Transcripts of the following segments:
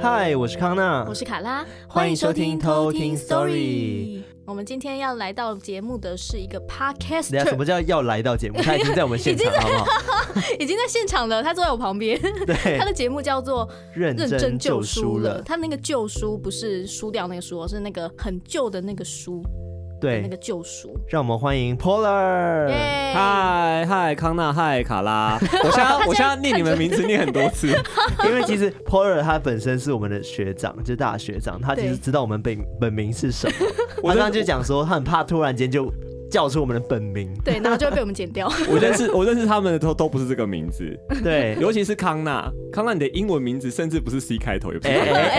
嗨，我是康娜， 我是卡拉， 欢迎收听偷听 Story。 我们今天要来到节目的是一个 podcaster。 什么叫要来到节目？他已经在我们现场，好不好？ 已经在现场了，他坐在我旁边。 对， 他的节目叫做《 认真救书了》。 他那个救书不是输掉那个书，是那个很旧的那个书。对，那个救赎。让我们欢迎 Polar。 嗨，康娜，嗨，卡拉。我现在念你们名字念很多次， 因为其实 Polar 他本身是我们的学长，就是大学长，他其实知道我们本名是什么。我刚刚就讲说，他很怕突然间就叫出我们的本名， 对，然后就会被我们剪掉。 我认识他们的都不是这个名字， 对， 尤其是康娜，你的英文名字甚至不是 C 开头，也不是。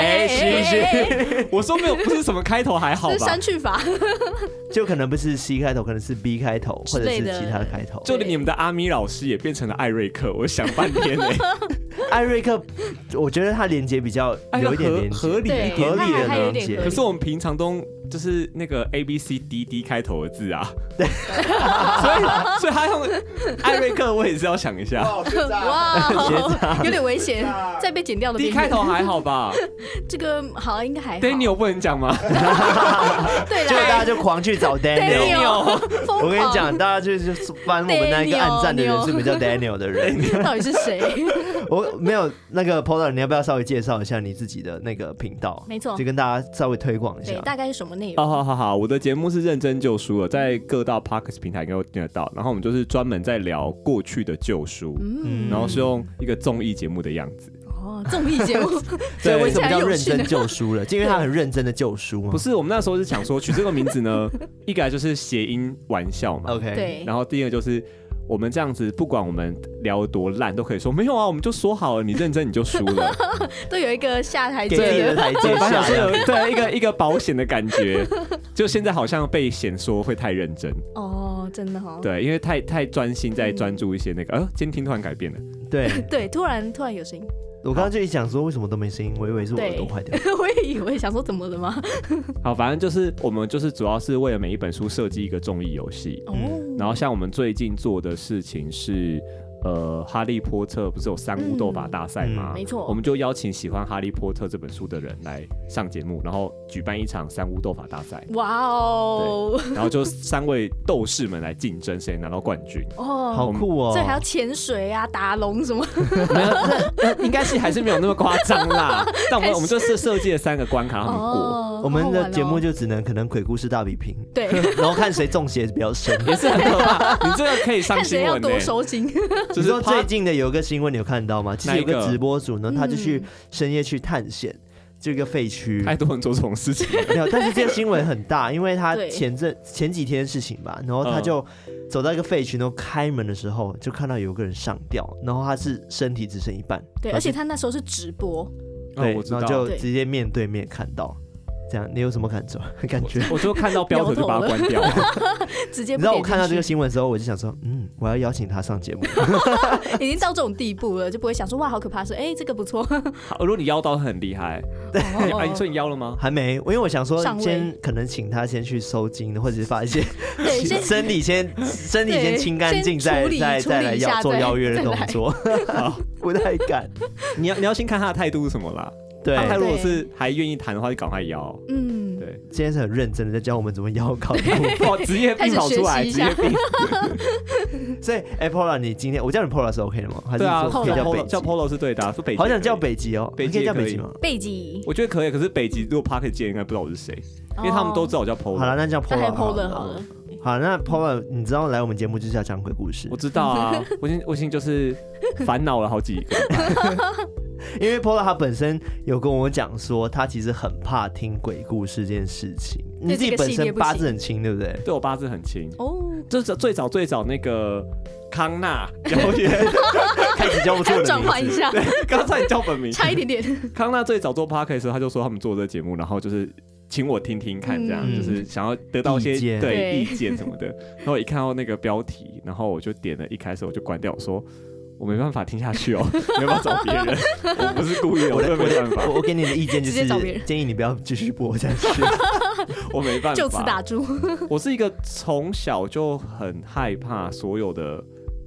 我说没有，不是什么开头还好吧？ 是删去法， 就可能不是 C 开头，可能是 B 开头，或者是其他的开头。 就连你们的阿咪老师也变成了艾瑞克，我想半天呢。 艾瑞克，我觉得他连接比较有一点连接， 合理的连接。 可是我们平常都就是那个 A B C D D 开头的字啊， 对， 所以他用艾瑞克，我也是要想一下。 哇，有点危险，再被剪掉的。 D 开头还好吧？ 这个好，应该还好。 Daniel 不能讲吗？ 对， 就大家就狂去找 Daniel。我跟你讲，大家就是翻我们那个暗赞的人是不是叫 Daniel 的人？ 到底是谁？ 我没有那个 Polar， 你要不要稍微介绍一下你自己的那个频道？ 没错， 就跟大家稍微推广一下。 对，大概是什么内容？ 好，我的节目是认真救书了，在各大 Podcast 平台应该都听得到。然后我们就是专门在聊过去的旧书，然后是用一个综艺节目的样子。 综艺节目， 所以为什么叫认真救书了？就因为他很认真的救书吗？ 不是，我们那时候是想说取这个名字呢，一个就是谐音玩笑嘛 ，OK， 对。 然后第二个就是我们这样子，不管我们聊得多烂，都可以说没有啊，我们就说好了，你认真你就输了， 都有一个下台阶的台阶下， 对，一个保险的感觉。就现在好像被嫌说会太认真哦，真的哦， 对，因为太专心在专注一些那个，监听突然改变了， 对，突然有声音。 我刚刚就一想说为什么都没声音，我以为是我耳朵坏掉。 我也以为想说怎么了吗？ 好，反正就是我们就是主要是为了每一本书设计一个综艺游戏。然后像我们最近做的事情是。哈利波特不是有三巫斗法大赛吗？ 没错， 我们就邀请喜欢哈利波特这本书的人来上节目，然后举办一场三巫斗法大赛。 哇哦！ 然后就3位斗士们来竞争，谁拿到冠军？ 哦， 好酷哦！ 这还要潜水啊、打龙什么？ 没有，应该是还是没有那么夸张啦。但我们就是设计了3个关卡让他们过。 我们的节目就只能可能鬼故事大比拼， 对， 然后看谁中邪比较深， 也是很可怕。你这个可以上新闻， 看谁要多收心。 就是说最近的有个新闻你有看到吗？其实有个直播主呢，他就去深夜去探险这个废墟， 太多人做这种事情。 没有，但是这个新闻很大，因为他前几天的事情吧，然后他就走到一个废墟，然后开门的时候就看到有个人上吊，然后他是身体只剩一半， 对，而且他那时候是直播， 对，然后就直接面对面看到。这样，你有什么感觉？ 我就看到标题就把它关掉了。 直接。 你知道我看到这个新闻的时候，我就想说，我要邀请他上节目。 已经到这种地步了，就不会想说哇好可怕，说这个不错。 好，如果你邀到很厉害，对，你说你邀了吗？ 还没，因为我想说先可能请他先去收金，或者是把一些身体先清干净，再来做邀约的动作。好，不太敢。 你要先看他的态度是什么啦。对，他如果是还愿意谈的话，就赶快邀。对， 今天是很认真的在教我们怎么邀稿， 职业病跑出来，职业病。 所以，Polar， 你今天我叫你 Polar 是 OK 的吗？ 对啊， 叫 Polo 是对的，说北极。 好想叫北极哦，北极可以叫北极吗？ 北极， 我觉得可以，可是北极如果 Parker 见应该不知道我是谁，因为他们都知道我叫 Polo。 好了，那叫 Polar 好了。 好，那 Polar， 你知道来我们节目就是要讲鬼故事。 我知道啊，我已经就是烦恼了好几个。 因为 Polar 他本身有跟我讲说，他其实很怕听鬼故事这件事情。你自己本身八字很轻，对不对？ 对，我八字很轻。就是最早那个康纳表演开始叫不出了， 转换一下。 对，刚才你叫本名差一点点。 康纳最早做 Podcast 的时候，他就说他们做这个节目，然后就是请我听听看，这样就是想要得到一些意见什么的。然后一看到那个标题，然后我就点了，一开始我就关掉，说我没办法听下去哦，没办法找别人，我不是故意的，我真的没办法。 我给你的意见就是建议你不要继续播下去。 我没办法， 就此打住。 我是一个从小就很害怕所有的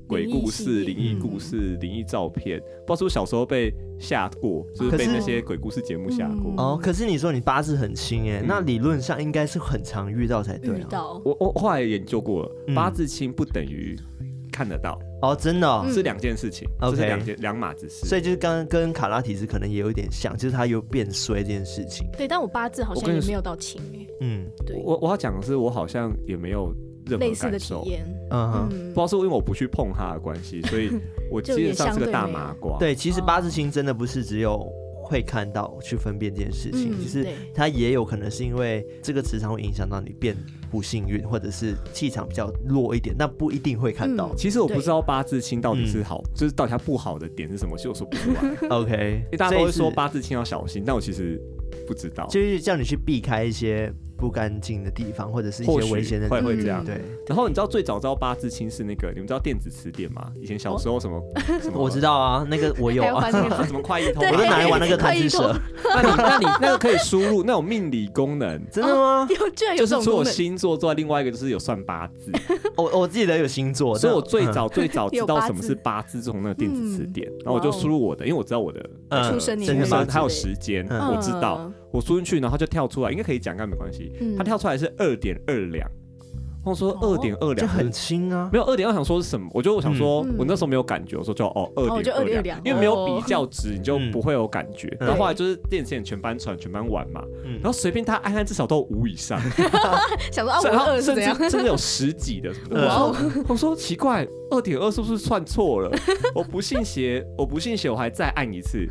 鬼故事、灵异故事、灵异照片，不知道是不是小时候被吓过，就是被那些鬼故事节目吓过。 哦，可是你说你八字很轻那理论上应该是很常遇到才对。 我后来研究过了，八字轻不等于看得到。 哦，真的是2件事情，这是两码子事。 所以就是刚刚跟卡拉提斯可能也有点像，就是他有变衰这件事情。 对，但我八字好像也没有到轻对。 我要讲的是，我好像也没有任何类似的体验。 不知道是因为我不去碰它的关系，所以我基本上是个大麻瓜。 对，其实八字轻真的不是只有会看到去分辨这件事情，其实它也有可能是因为这个磁场会影响到你变不幸运，或者是气场比较弱一点，那不一定会看到。 其实我不知道八字轻到底是好，就是到底它不好的点是什么，其实我说不出来。 OK， 因为大家都会说八字轻要小心，但我其实不知道， 就是叫你去避开一些不干净的地方，或者是一些危险的地方， 会这样。 对。 然后你知道最早知道八字轻是那个，你们知道电子词典吗？以前小时候什么我知道啊，那个我有啊， 什么快一通， 我都拿来玩那个贪吃蛇。 那你那个可以输入那种命理功能， 真的吗？ 就是除了星座之外，另外一个就是有算八字。 我记得有星座， 所以我最早知道什么是八字，从那个电子词典，然后我就输入我的，因为我知道我的出生年月还有时间，我知道。我输进去，然后就跳出来，应该可以讲，应该没关系。它跳出来是2.2两，我说2.2两， 就很轻啊。 没有2.2，想说是什么？我想说，我那时候没有感觉，我说就2.2两，因为没有比较值，你就不会有感觉。然后后来就是电子线全班传，全班玩嘛，然后随便他按至少都有5以上， 想说5.2是怎样？ 甚至有10几的。我说奇怪，2.2是不是算错了？我不信邪，我还再按一次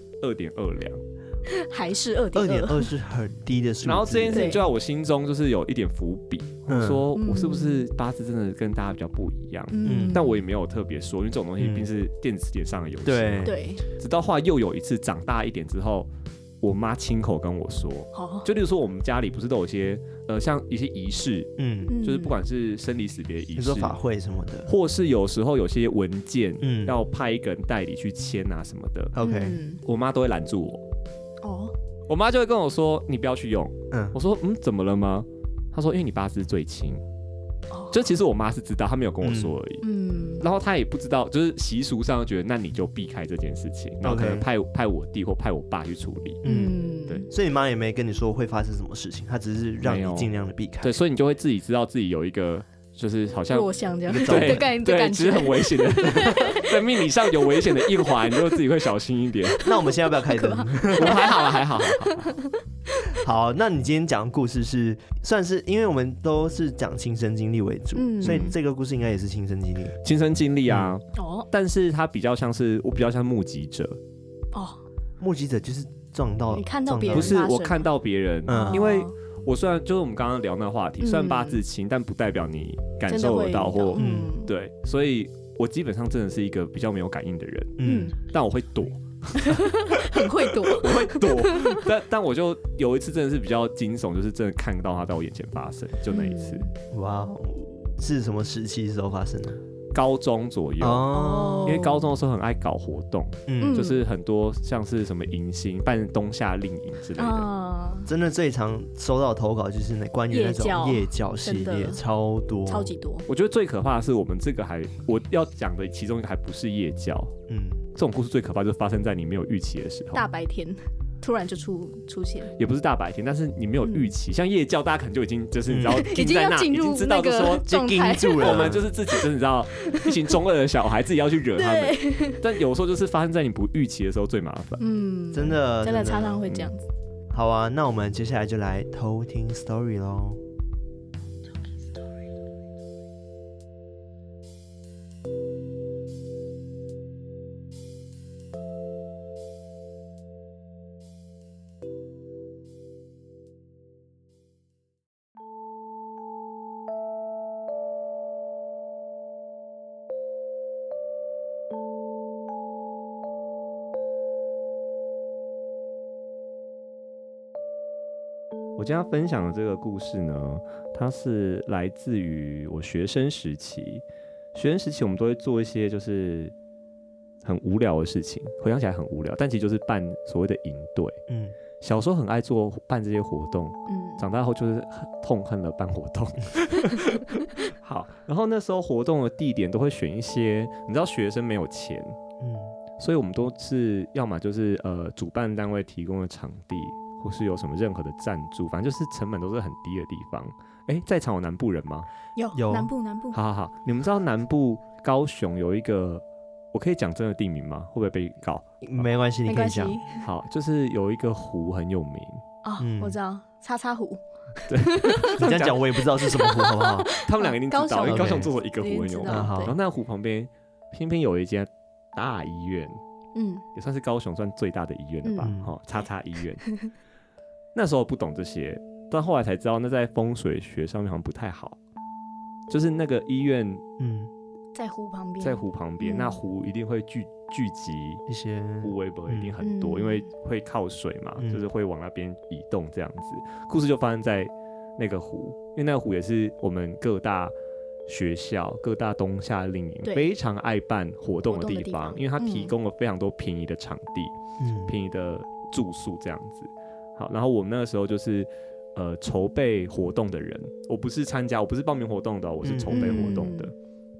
，2.2两。 还是2.2 是很低的数字。 然后这件事情就在我心中就是有一点伏笔，我说我是不是八字真的跟大家比较不一样？但我也没有特别说，因为这种东西毕竟是电子典上的游戏。 对。 直到后来又有一次长大一点之后，我妈亲口跟我说，就例如说我们家里不是都有一些像一些仪式，就是不管是生离死别仪式、 说法会什么的， 或是有时候有些文件，要派一个人代理去签啊什么的。 OK， 我妈都会拦住我。我妈就会跟我说：“你不要去用。”我说：“怎么了吗？”她说：“因为你八字最轻。”就其实我妈是知道，她没有跟我说而已。然后她也不知道，就是习俗上觉得那你就避开这件事情，然后可能派我弟或派我爸去处理。对。 所以你妈也没跟你说会发生什么事情，她只是让你尽量的避开。 对，所以你就会自己知道自己有一个。就是好像弱项这样， 对，其实很危险的，在命理上有危险的一环，你就自己会小心一点。 那我们现在要不要开灯？ 我还好。 好，那你今天讲的故事是算是，因为我们都是讲亲身经历为主，所以这个故事应该也是亲身经历啊。但是它比较像是我比较像目击者。 目击者就是撞到， 你看到别人， 不是我看到别人，因为。我虽然就是我们刚刚聊那话题，虽然八字轻，但不代表你感受得到或对，所以我基本上真的是一个比较没有感应的人，但我会躲， 很会躲， 我会躲，但我就有一次真的是比较惊悚，就是真的看到它在我眼前发生，就那一次。 哇，是什么时期时候发生的？ 高中左右，因为高中的时候很爱搞活动，就是很多像是什么迎新、办冬夏令营之类的。 真的最常收到投稿就是关于那种夜教系列，超级多。 我觉得最可怕的是我们这个我要讲的其中一个还不是夜教，这种故事最可怕就是发生在你没有预期的时候， 大白天。突然就出现， 也不是大白天，但是你没有预期，像夜教，大家可能就已经就是你知道，已经知道就说就盯住了， 我们就是自己就是你知道一群中二的小孩自己要去惹他们，但有时候就是发生在你不预期的时候最麻烦， 真的常常会这样子。 好啊，那我们接下来就来偷听 story 咯。 我今天要分享的这个故事呢，它是来自于我学生时期。学生时期我们都会做一些就是很无聊的事情，回想起来很无聊，但其实就是办所谓的营队。小时候很爱办这些活动，长大后就是痛恨了办活动。 好，然后那时候活动的地点都会选一些，你知道学生没有钱，所以我们都是要么就是主办单位提供的场地，或是有什么任何的赞助，反正就是成本都是很低的地方。在场有南部人吗？ 有南部。 好，你们知道南部高雄有一个，我可以讲真的地名吗？会不会被告？ 没关系，你可以讲。 好，就是有一个湖很有名我知道，叉叉湖。 对， 你这样讲我也不知道是什么湖，好不好？ 他们两个一定知道，因为高雄做了一个湖很有名。 然后那个湖旁边偏偏有一间大医院，也算是高雄算最大的医院了吧？叉叉医院。那时候不懂这些，但后来才知道，那在风水学上面好像不太好。就是那个医院， 在湖旁边， 那湖一定会聚集一些湖微博一定很多，因为会靠水嘛，就是会往那边移动这样子。故事就发生在那个湖，因为那个湖也是我们各大学校、各大冬夏令营非常爱办活动的地方，因为它提供了非常多便宜的场地、便宜的住宿这样子。好，然后我们那个时候就是筹备活动的人，我不是参加，我不是报名活动的，我是筹备活动的。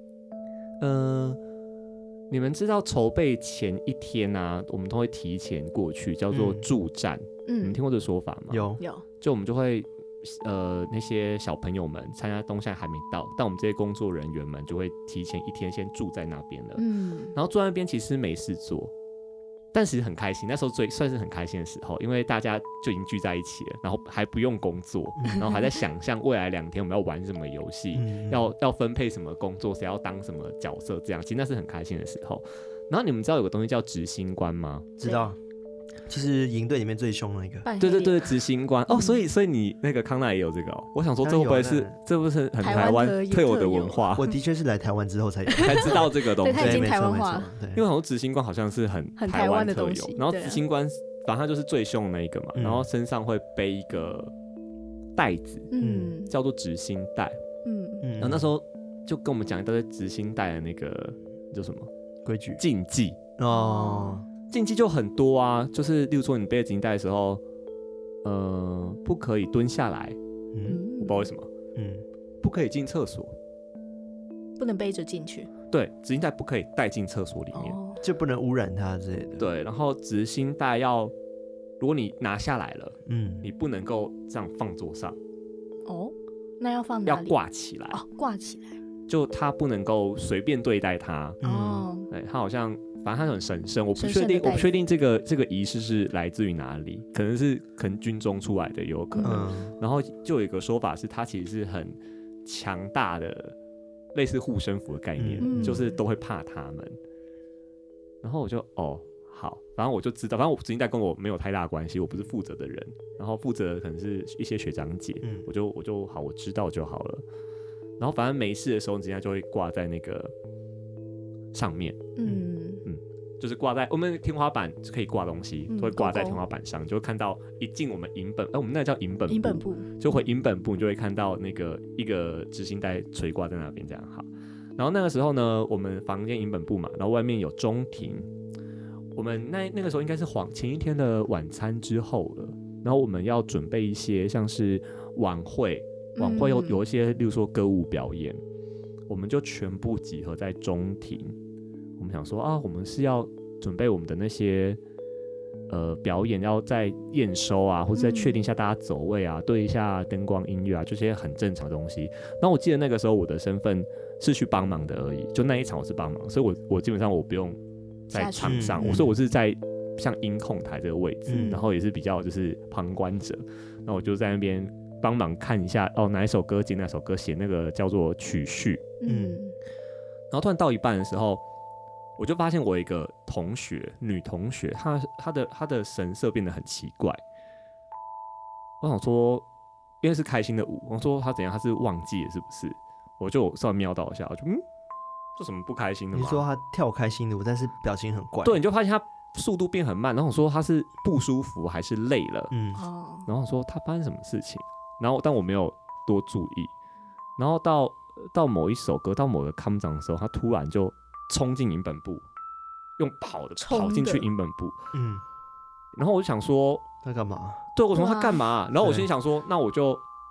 你们知道筹备前一天啊，我们都会提前过去，叫做助战。你们听过这个说法吗？ 有。 就我们就会那些小朋友们参加冬夏还没到，但我们这些工作人员们就会提前一天先住在那边了。然后住在那边其实没事做，但其实很开心，那时候算是很开心的时候，因为大家就已经聚在一起了，然后还不用工作，然后还在想象未来2天我们要玩什么游戏，要分配什么工作，谁要当什么角色，这样其实那是很开心的时候。然后你们知道有个东西叫执行官吗？ 知道，就是营队里面最凶的一个。 对，执行官所以你那个康纳也有这个我想说这会不会是这不是很台湾特有的文化？ 我的确是来台湾之后才知道这个东西， 对，它已经台湾化。 因为好像执行官好像是很台湾特有，然后执行官反正他就是最凶的那一个嘛，然后身上会背一个袋子，叫做执行袋，然后那时候就跟我们讲一堆执行袋的那个叫什么规矩禁忌禁忌就很多啊，就是例如说你背着执行袋的时候，不可以蹲下来，我不知道为什么，不可以进厕所， 不能背着进去， 对，执行袋不可以带进厕所里面， 就不能污染它之类的， 对，然后执行袋如果你拿下来了，你不能够这样放桌上， 那要放哪里？ 要挂起来， 挂起来， 就他不能够随便对待它，对，他好像。反正它很神圣，我不确定这个仪式是来自于哪里，可能军中出来的也有可能。然后就有一个说法是，它其实是很强大的，类似护身符的概念，就是都会怕他们。然后我就好，反正我就知道，反正我执行袋跟我没有太大关系，我不是负责的人，然后负责的可能是一些学长姐，我就好，我知道就好了。然后反正没事的时候，执行袋就会挂在那个上面，就是挂在我们天花板可以挂东西，都会挂在天花板上，就会看到一进我们营本，我们那叫营本部，就回营本部，你就会看到那个一个执行袋垂挂在那边，这样好。然后那个时候呢，我们房间营本部嘛，然后外面有中庭，我们那个时候应该是前一天的晚餐之后了，然后我们要准备一些像是晚会有一些，例如说歌舞表演，我们就全部集合在中庭。我们想说我们是要准备我们的那些表演，要在验收啊，或者在确定一下大家走位啊，对一下灯光音乐啊，这些很正常的东西。然后我记得那个时候我的身份是去帮忙的而已，就那一场我是帮忙，所以我基本上我不用在场上，所以我是在像音控台这个位置，然后也是比较就是旁观者。那我就在那边帮忙看一下哪一首歌接哪首歌，写那个叫做曲序。然后突然到一半的时候，我就发现我有一个女同学，她的神色变得很奇怪。我想说，因为是开心的舞，我想说她怎样？她是忘记了是不是？我就稍微瞄到一下，我就这什么不开心的吗？ 你说她跳开心的舞，但是表情很怪。 对，你就发现她速度变很慢，然后我说她是不舒服还是累了？然后我说她发生什么事情？然后但我没有多注意。然后到某一首歌，到某个康长的时候，她突然就冲进营本部，用跑进去营本部，然后我就想说他干嘛？ 对，我说他干嘛？然后我心里想说，那我就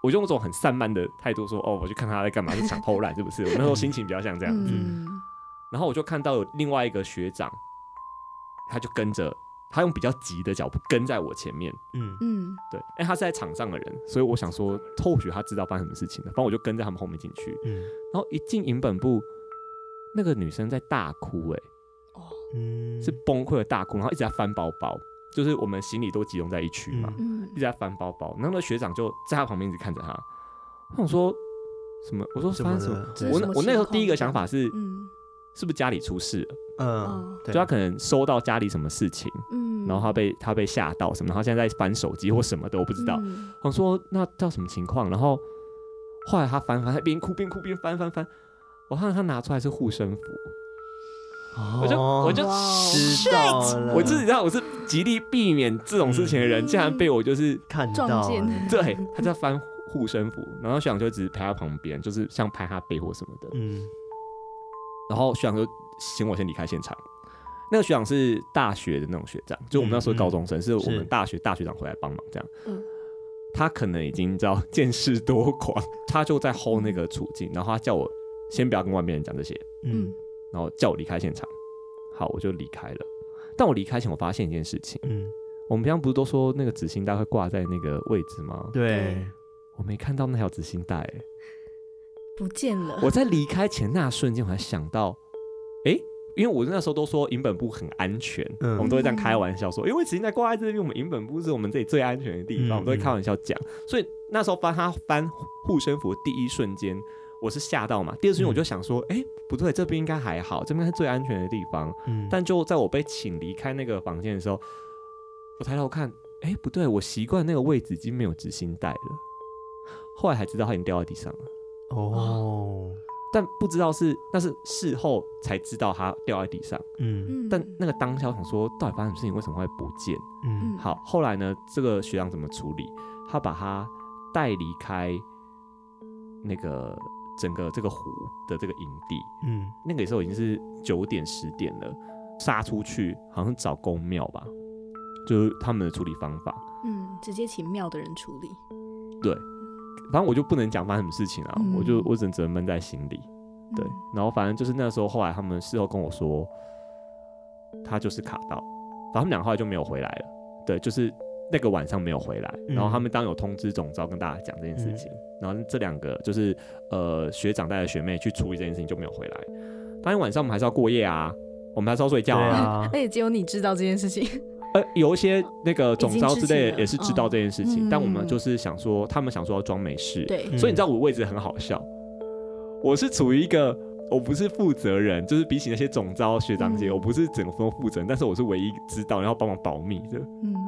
我就用这种很散漫的态度说，哦，我去看他在干嘛，是想偷懒是不是？我那时候心情比较像这样子。然后我就看到有另外一个学长，他就跟着，他用比较急的脚步跟在我前面。对，他是在场上的人，所以我想说，或许他知道发生什么事情了。反正我就跟在他们后面进去。然后一进营本部，那个女生在大哭，是崩溃的大哭，然后一直在翻包包。就是我们行李都集中在一区嘛，一直在翻包包，然后那学长就在他旁边一直看着他。我想说什么？我说发生什么？我那时候第一个想法是，是不是家里出事了？就他可能收到家里什么事情，然后他被吓到什么，然后现在在翻手机或什么的，我不知道。我说那叫什么情况？然后后来他翻，他边哭边翻，我看到他拿出来是护身符。我就知道了， 我自己知道我是极力避免这种事情的人，竟然被我就是看到， 对，他在翻护身符，然后学长就只是陪他旁边，就是像拍他背或什么的，然后学长就请我先离开现场。那个学长是大学的那种学长，就我们那时候高中生，是我们大学长回来帮忙这样。他可能已经知道见识多广，他就在 hold 那个处境，然后他叫我先不要跟外面人讲这些，然后叫我离开现场。好，我就离开了。但我离开前，我发现一件事情。我们平常不是都说那个纸巾带会挂在那个位置吗？ 对， 我没看到那条纸巾带， 不见了。 我在离开前那瞬间，我才想到，因为我那时候都说营本部很安全，我们都会这样开玩笑说，因为纸巾带挂在这边，我们营本部是我们这里最安全的地方，我们都会开玩笑讲。所以那时候他翻护身符的第一瞬间，我是吓到嘛。第二瞬间我就想说，不对，这边应该还好，这边是最安全的地方。但就在我被请离开那个房间的时候，我抬头看，不对，我习惯那个位置已经没有纸巾带了。后来才知道它已经掉在地上了。但不知道那是事后才知道它掉在地上。但那个当下我想说，到底发生什么事情，为什么会不见？好，后来呢，这个学长怎么处理？他把它带离开那个整个这个湖的这个营地。那个时候已经是9点10点了，杀出去好像找公庙吧，就是他们的处理方法。 直接请庙的人处理。 对。反正我就不能讲发生什么事情啊，我只能闷在心里。对，然后反正就是那时候，后来他们事后跟我说，他就是卡到，反正他们俩后来就没有回来了。对，就是那个晚上没有回来，然后他们当有通知总召跟大家讲这件事情，然后这2个就是学长带的学妹去处理这件事情就没有回来。当天晚上我们还是要过夜啊，我们还是要睡觉啊。 而且只有你知道这件事情。 有一些那个总召之类也是知道这件事情，但我们就是想说，他们想说要装没事， 对， 所以你知道我位置很好笑，我是处于一个我不是负责人，就是比起那些总召学长姐，我不是整个分负责人，但是我是唯一知道然后帮忙保密的，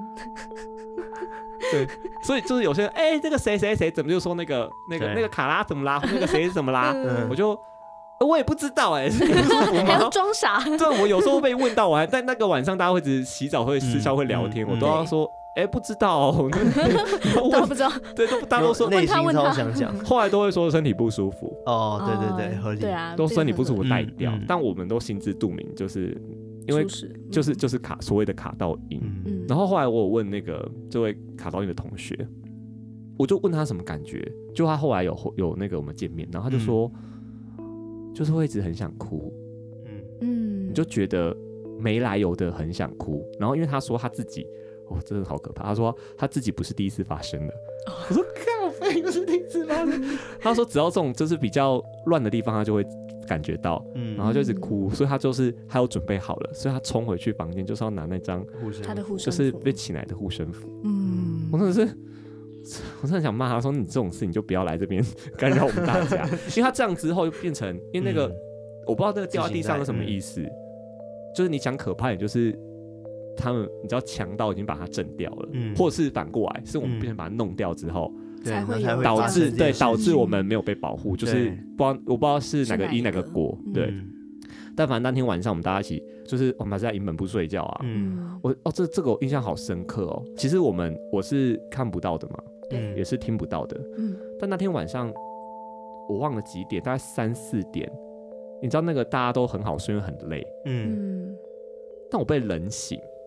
对，所以就是有些人这个谁谁谁怎么就说那个卡拉怎么啦，那个谁怎么啦，我也不知道还要装傻。 对，我有时候被问到，我还在那个晚上，大家会只洗澡会私下会聊天，我都要说，不知道， 都不知道， 对，大家都说内心超想讲， 后来都会说身体不舒服。 对，合理， 对啊， 都身体不舒服带掉，但我们都心知肚明，就是因为就是所谓的卡到阴。然后后来我有问那个这位卡到阴的同学，我就问他什么感觉，就他后来有那个我们见面，然后他就说。就是会一直很想哭，你就觉得没来由的很想哭。然后因为他说他自己，真的好可怕。他说他自己不是第一次发生的。我说靠北，不是第一次发生。他说只要这种就是比较乱的地方，他就会感觉到，然后就一直哭。所以他有准备好了，所以他冲回去房间就是要拿那张他的护身符， 就是被请来的护身符。我真的想骂他说：“你这种事你就不要来这边干扰我们大家。”因为他这样之后就变成，因为那个我不知道那个掉在地上是什么意思，就是你讲可怕点，就是他们你知道强盗已经把它震掉了，或者是反过来，是我们变成把它弄掉之后， 才会导致我们没有被保护，就是我不知道是哪个因哪个果，对。但反正那天晚上我们大家一起，就是我们还是在营本部睡觉啊。这个我印象好深刻哦。其实我是看不到的嘛。也是听不到的。但那天晚上我忘了几点，大概3、4点。你知道那个大家都很好睡，因为很累。但我被冷醒，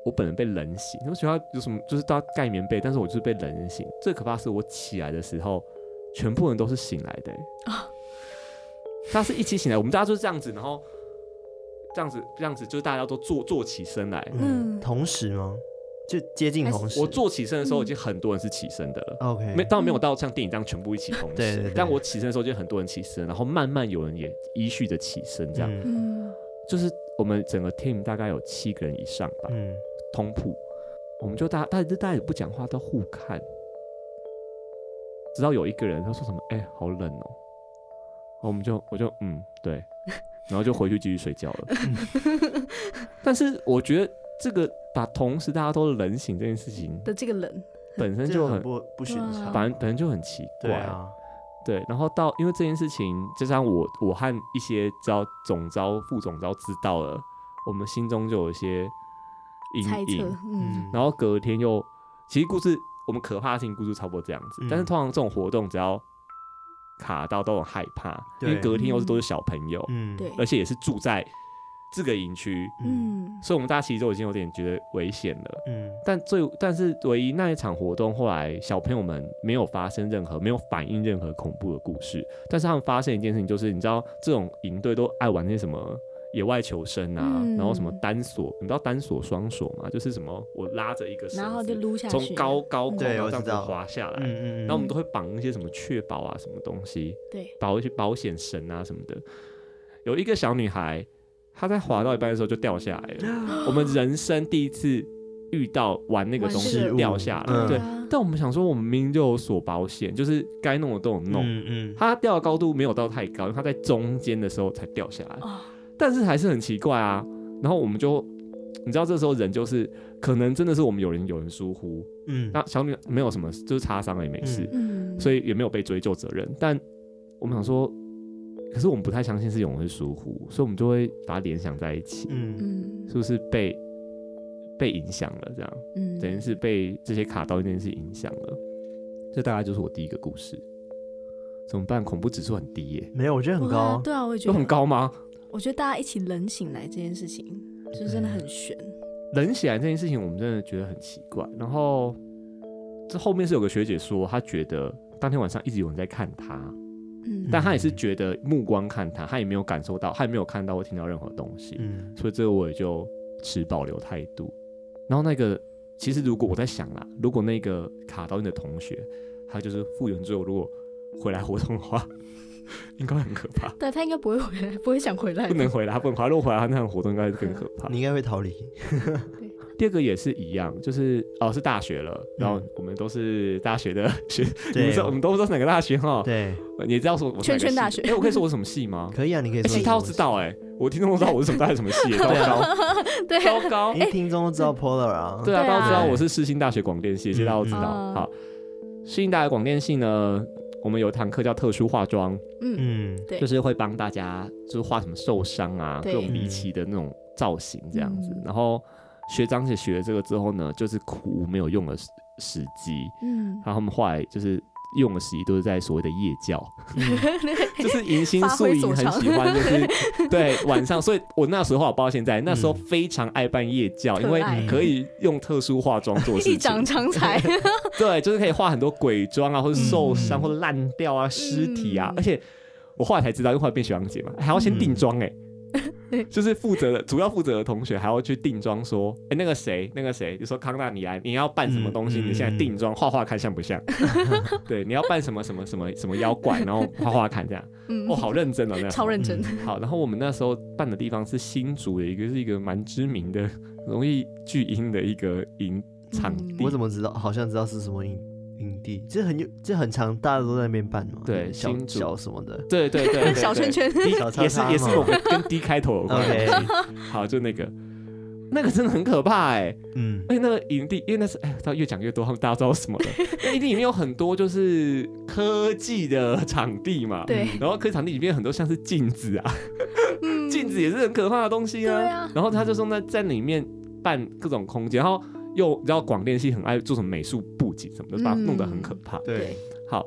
我本人被冷醒。我学校有什么就是到盖棉被，但是我就是被冷醒。最可怕是我起来的时候，全部人都是醒来的、大家是一起醒来，我们大家就是这样子，然后这样子就是大家都坐起身来。 同时吗？就接近同时。 我坐起身的时候，已经很多人是起身的了。 OK， 当然没有到像电影这样全部一起同时。 对。 但我起身的时候，就很多人起身，然后慢慢有人也依序的起身，这样。就是我们整个 team 大概有7个人以上吧。通铺，我们就大家也不讲话，都互看，直到有一个人他说什么，好冷哦，我就对，然后就回去继续睡觉了。但是我觉得这个把同时大家都冷醒这件事情的这个冷本身就很不寻常， 本身就很奇怪。对，然后因为这件事情，就像我和一些总召、副总召知道了，我们心中就有一些阴影。然后隔天其实故事我们可怕的事情故事差不多这样子，但是通常这种活动只要卡到都很害怕，因为隔天都是小朋友， 对， 而且也是住在这个营区，所以我们大家其实都已经有点觉得危险了，但是唯一那一场活动后来小朋友们没有反映任何恐怖的故事，但是他们发现一件事情，就是你知道这种营队都爱玩那些什么野外求生啊，然后什么单锁，你知道单锁双锁吗？就是什么我拉着一个绳子， 然后就撸下去， 从高空这样子滑下来，然后我们都会绑一些什么确保啊什么东西， 对， 绑一些保险绳啊什么的。有一个小女孩，她在滑到一半的时候就掉下来了，我们人生第一次遇到玩那个东西掉下来，对。但我们想说，我们明明就有锁保险，就是该弄的都有弄，她掉的高度没有到太高，因为她在中间的时候才掉下来。但是还是很奇怪啊，然后我们就，你知道这时候人就是可能真的是我们有人疏忽，那小女没有什么，就是擦伤了也没事，所以也没有被追究责任。但我们想说，可是我们不太相信是有人会疏忽，所以我们就会把它联想在一起，是不是被影响了这样，等于是被这些卡刀这件事影响了。这大概就是我第一个故事。怎么办？恐怖指数很低耶？ 没有，我觉得很高。 对啊，我也觉得很高吗？ 我觉得大家一起冷醒来这件事情，就真的很悬。 冷醒来这件事情，我们真的觉得很奇怪。然后这后面是有个学姐说，她觉得当天晚上一直有人在看她，但她也是觉得目光看她，她也没有感受到，她也没有看到或听到任何东西，所以这个我也就持保留态度。然后那个，其实如果我在想啦，如果那个卡到你的同学，他就是复原之后，如果回来活动的话。应该很可怕。 对，他应该不会回来，不会想回来。 不能回来，他不能回来。如果回来，他那场活动应该是更可怕。 你应该会逃离。 第二个也是一样，就是是大学了，然后我们都是大学的学，我们都不知道是哪个大学哈。 对， 你知道说我是哪个系？ 圈大学。 我可以说我是什么系吗？ 可以啊，你可以说。 其他都知道我听众都知道我是糟糕什么系，糟糕。 因为听众都知道 Polar 啊。 对啊，大家都知道我是世新大学广电系，其实大家都知道。好，世新大学广电系呢。我们有一堂课叫特殊化妆， 对， 就是会帮大家就是画什么受伤啊，各种离奇的那种造型这样子。然后学长姐学了这个之后呢，就是苦没有用的时机，然后他们后来就是用的时机都是在所谓的夜教，就是迎新宿营很喜欢，就是对晚上，所以我那时候包括现在，那时候非常爱办夜教，因为可以用特殊化妆做事情， 一展长才。 对，就是可以画很多鬼妆啊，或者受伤或者烂掉啊、尸体啊，而且我后来才知道，因为后来变学长姐嘛，还要先定妆就是主要负责的同学还要去定妆，说，那个谁，就说康纳你来，你要扮什么东西，你现在定妆画看像不像？对，你要扮什么妖怪，然后画看这样。好认真哦，那超认真。 好，然后我们那时候办的地方是新竹的一个蛮知名的、容易聚阴的一个营场地。 我怎么知道？好像知道是什么营地，这很长，大家都在那边办嘛。 对， 小什么的。 对， 小圈圈， 也是我们跟 D 开头有关系。好，就那个真的很可怕而且那个营地，因为那是他越讲越多，他们大家知道什么了。那营地里面有很多就是科技的场地嘛， 对。 然后科技场地里面有很多像是镜子啊，镜子也是很可怕的东西啊。 对啊。 然后他就说在里面办各种空间，然后又你知道广电系很爱做什么美术布景什么的，把它弄得很可怕。 对。 好，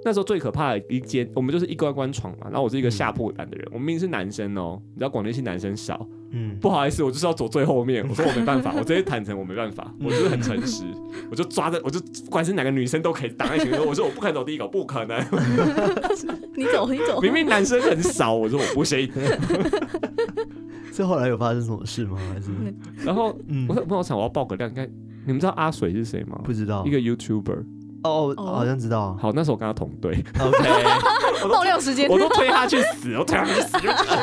那时候最可怕的一间，我们就是一关关闯嘛，然后我是一个吓破胆的人，我明明是男生哦，你知道广电系男生少，不好意思，我就是要走最后面，我说我没办法，我直接坦诚我没办法，我就是很诚实，我就抓着，我就不管是哪个女生都可以挡在前面，我说我不可能走第一个，不可能， 你走， 明明男生很少，我说我不行。 这后来有发生什么事吗？还是？然后我想我要爆个料，应该你们知道阿水是谁吗？ 不知道， 一个 YouTuber。 哦，好像知道。 好，那时候我跟他同队。 OK， 爆料时间， 我都推他去死，我推他去死。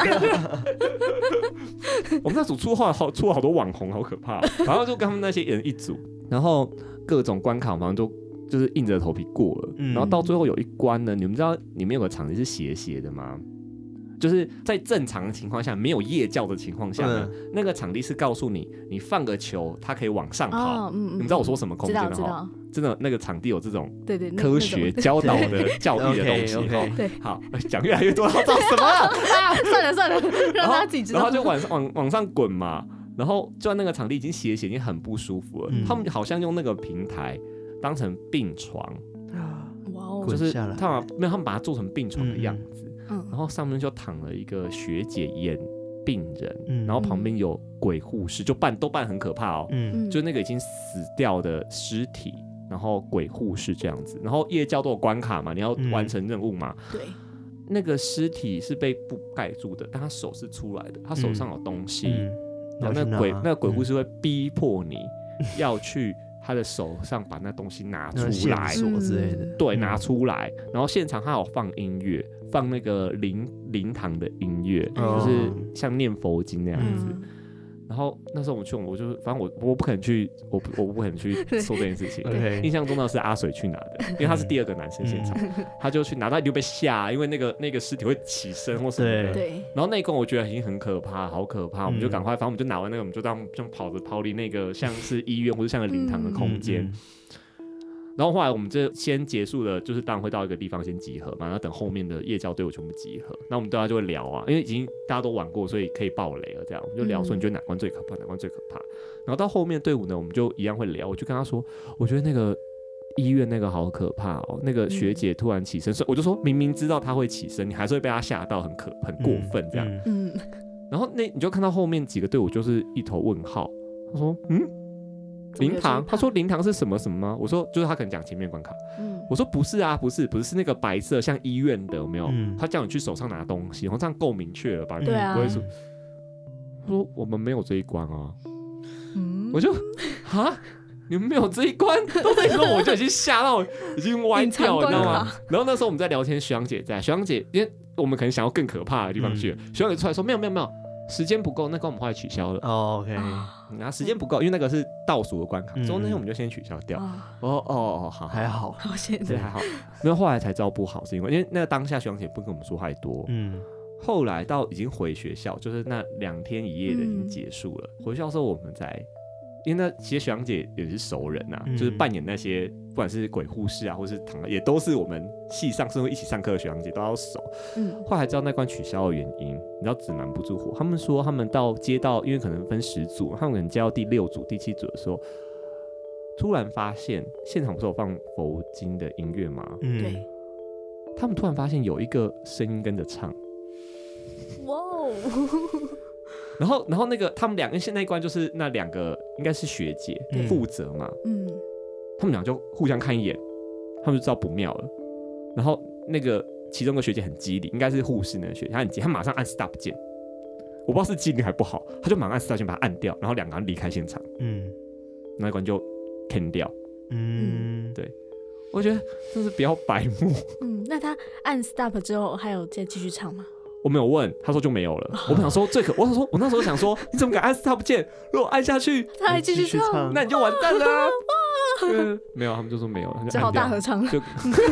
我们那组出了好多网红，好可怕。然后就跟他们那些人一组，然后各种关卡，反正就是硬着头皮过了。然后到最后有一关呢，你们知道里面有个场地是斜斜的吗？就是在正常的情况下，没有夜教的情况下呢，那个场地是告诉你，你放个球，它可以往上跑。你们知道我说什么空间的哈？真的，那个场地有这种科学教导的教育的东西。 对， 好，讲越来越多，要造什么了？ 算了，让大家自己知道。 然后就往上滚嘛，然后就那个场地已经斜，已经很不舒服了。他们好像用那个平台当成病床， 哇哦， 就是他们把它做成病床的样子。然后上面就躺了一个学姐演病人，然后旁边有鬼护士，都扮很可怕哦，就那个已经死掉的尸体，然后鬼护士这样子，然后夜教都有关卡嘛，你要完成任务嘛， 对， 那个尸体是被布盖住的，但他手是出来的，他手上有东西，然后那个鬼护士会逼迫你要去他的手上把那东西拿出来之类的， 对，拿出来，然后现场他有放音乐，放那个灵堂的音乐，就是像念佛经那样子。然后那时候我们去，我就反正我不可能去，我不可能去做这件事情。印象中那是阿水去拿的，因为他是第二个男生现场，他就去拿，他一定被吓，因为那个尸体会起身或什么的。 对。 然后那一关我觉得已经很可怕，好可怕，我们就赶快，反正我们就拿完那个，我们就这样跑离那个像是医院或者像个灵堂的空间。然后后来我们这先结束了，就是当然会到一个地方先集合嘛，然后等后面的夜教队伍全部集合，那我们大家就会聊啊，因为已经大家都玩过，所以可以爆雷了，这样我们就聊说你觉得哪关最可怕，哪关最可怕。然后到后面队伍呢，我们就一样会聊，我就跟他说，我觉得那个医院那个好可怕哦，那个学姐突然起身，所以我就说明明知道她会起身，你还是会被她吓到，很过分这样。然后你就看到后面几个队伍就是一头问号，他说灵堂，他说灵堂是什么什么吗？我说就是他可能讲前面关卡，我说不是啊，不是那个白色像医院的有没有？他叫你去手上拿东西，然后这样够明确了吧？ 对啊。 不会说，他说我们没有这一关啊，我就你们没有这一关，都这一关我就已经吓到已经歪掉，你知道吗？然后那时候我们在聊天，学长姐在，学长姐因为我们可能想要更可怕的地方去，学长姐出来说没有。时间不够，那关我们后来取消了。 OK， 然后时间不够，因为那个是倒数的关卡，所以那天我们就先取消掉。好， 还好， 对，还好。没有，后来才知道不好，是因为那个当下学长姐不跟我们说太多。后来到已经回学校，就是那2天1夜的已经结束了。回校的时候，我们在。因为那其实学长姐也是熟人啊，就是扮演那些不管是鬼护士啊，或是也都是我们系上甚至一起上课的学长姐都要熟。后来知道那关取消的原因，你知道纸瞒不住火。他们说他们接到，因为可能分10组，他们可能接到第6组、第7组的时候，突然发现现场不是有放佛经的音乐吗？ 对， 他们突然发现有一个声音跟着唱， 哇哦！ 然后那个他们两个现在一关就是那2个应该是学姐负责嘛，他们俩就互相看一眼，他们就知道不妙了。然后那个其中一个学姐很机灵，应该是护士那个学姐，她很急，她马上按 stop 键，我不知道是机灵还不好，她就马上按 stop 键把它按掉，然后2个人离开现场，那一关就 can 掉，对，我觉得真是比较白目。 那他按 stop 之后还有再继续唱吗？ 我没有问，他说就没有了。我想说我那时候想说，你怎么敢按 stop 键？如果按下去， 他还继续唱， 那你就完蛋了啊！没有，他们就说没有， 只好大合唱， 就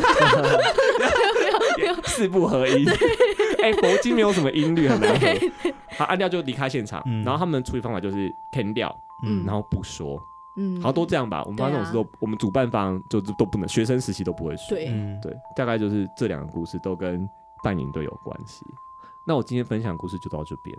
4不合一。佛经没有什么音律，很难合。他按掉就离开现场，然后他们处理方法就是 can 掉，然后不说，好像都这样吧。我们班这种事都，我们主办方就都不能，学生时期都不会说。对，大概就是这2个故事都跟扮演队有关系。那我今天分享的故事就到这边。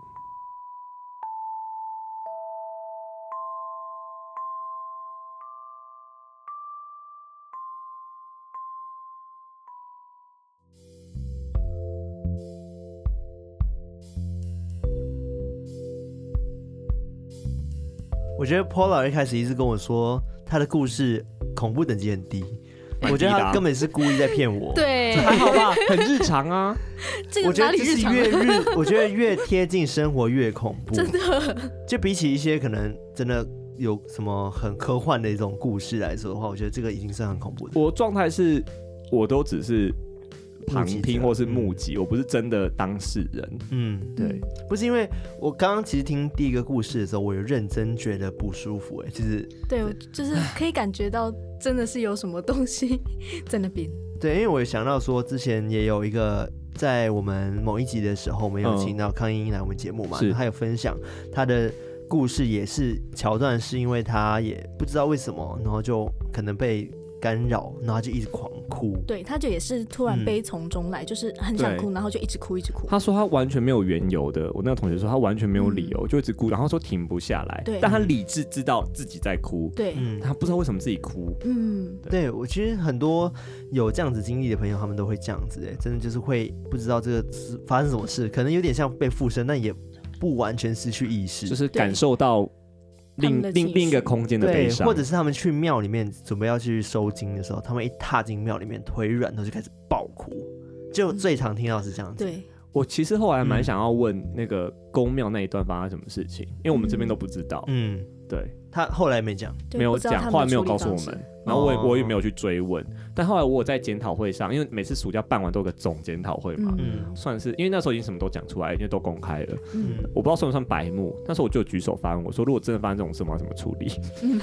我觉得 Paula 一开始一直跟我说他的故事恐怖等级很低，我觉得他根本是故意在骗我。 对， 还好吧，很日常啊。 这个哪里日常？ 我觉得越贴近生活越恐怖， 真的。 就比起一些可能真的有什么很科幻的一种故事来说的话，我觉得这个已经是很恐怖的。 我状态是，我都只是旁听或是目击，我不是真的当事人。对， 不是因为我刚刚其实听第一个故事的时候，我有认真觉得不舒服，就是对，就是可以感觉到真的是有什么东西在那边。 对，因为我有想到说，之前也有一个在我们某一集的时候，我们有请到康英来我们节目嘛，他有分享他的故事，也是桥段，是因为他也不知道为什么，然后就可能被干扰，然后他就一直狂哭。 对，他就也是突然悲从中来，就是很想哭，然后就一直哭一直哭。 他说他完全没有缘由的，我那个同学说他完全没有理由，就一直哭，然后说停不下来。对，但他理智知道自己在哭， 对， 他不知道为什么自己哭。 对，我其实很多有这样子经历的朋友，他们都会这样子，真的就是会不知道这个发生什么事，可能有点像被附身，但也不完全失去意识， 就是感受到另一个空间的悲伤， 或者是他们去庙里面准备要去收经的时候，他们一踏进庙里面腿软，然后就开始爆哭，就最常听到是这样子。 对， 我其实后来蛮想要问那个宫庙那一段发生什么事情，因为我们这边都不知道。对， 他后来没讲， 没有讲，后来没有告诉我们，然后我也没有去追问。但后来我有在检讨会上，因为每次暑假办完都有个总检讨会嘛，算是因为那时候已经什么都讲出来，因为都公开了。我不知道算不算白目，那时候我就有举手发问，我说如果真的发生这种事，我要怎么处理？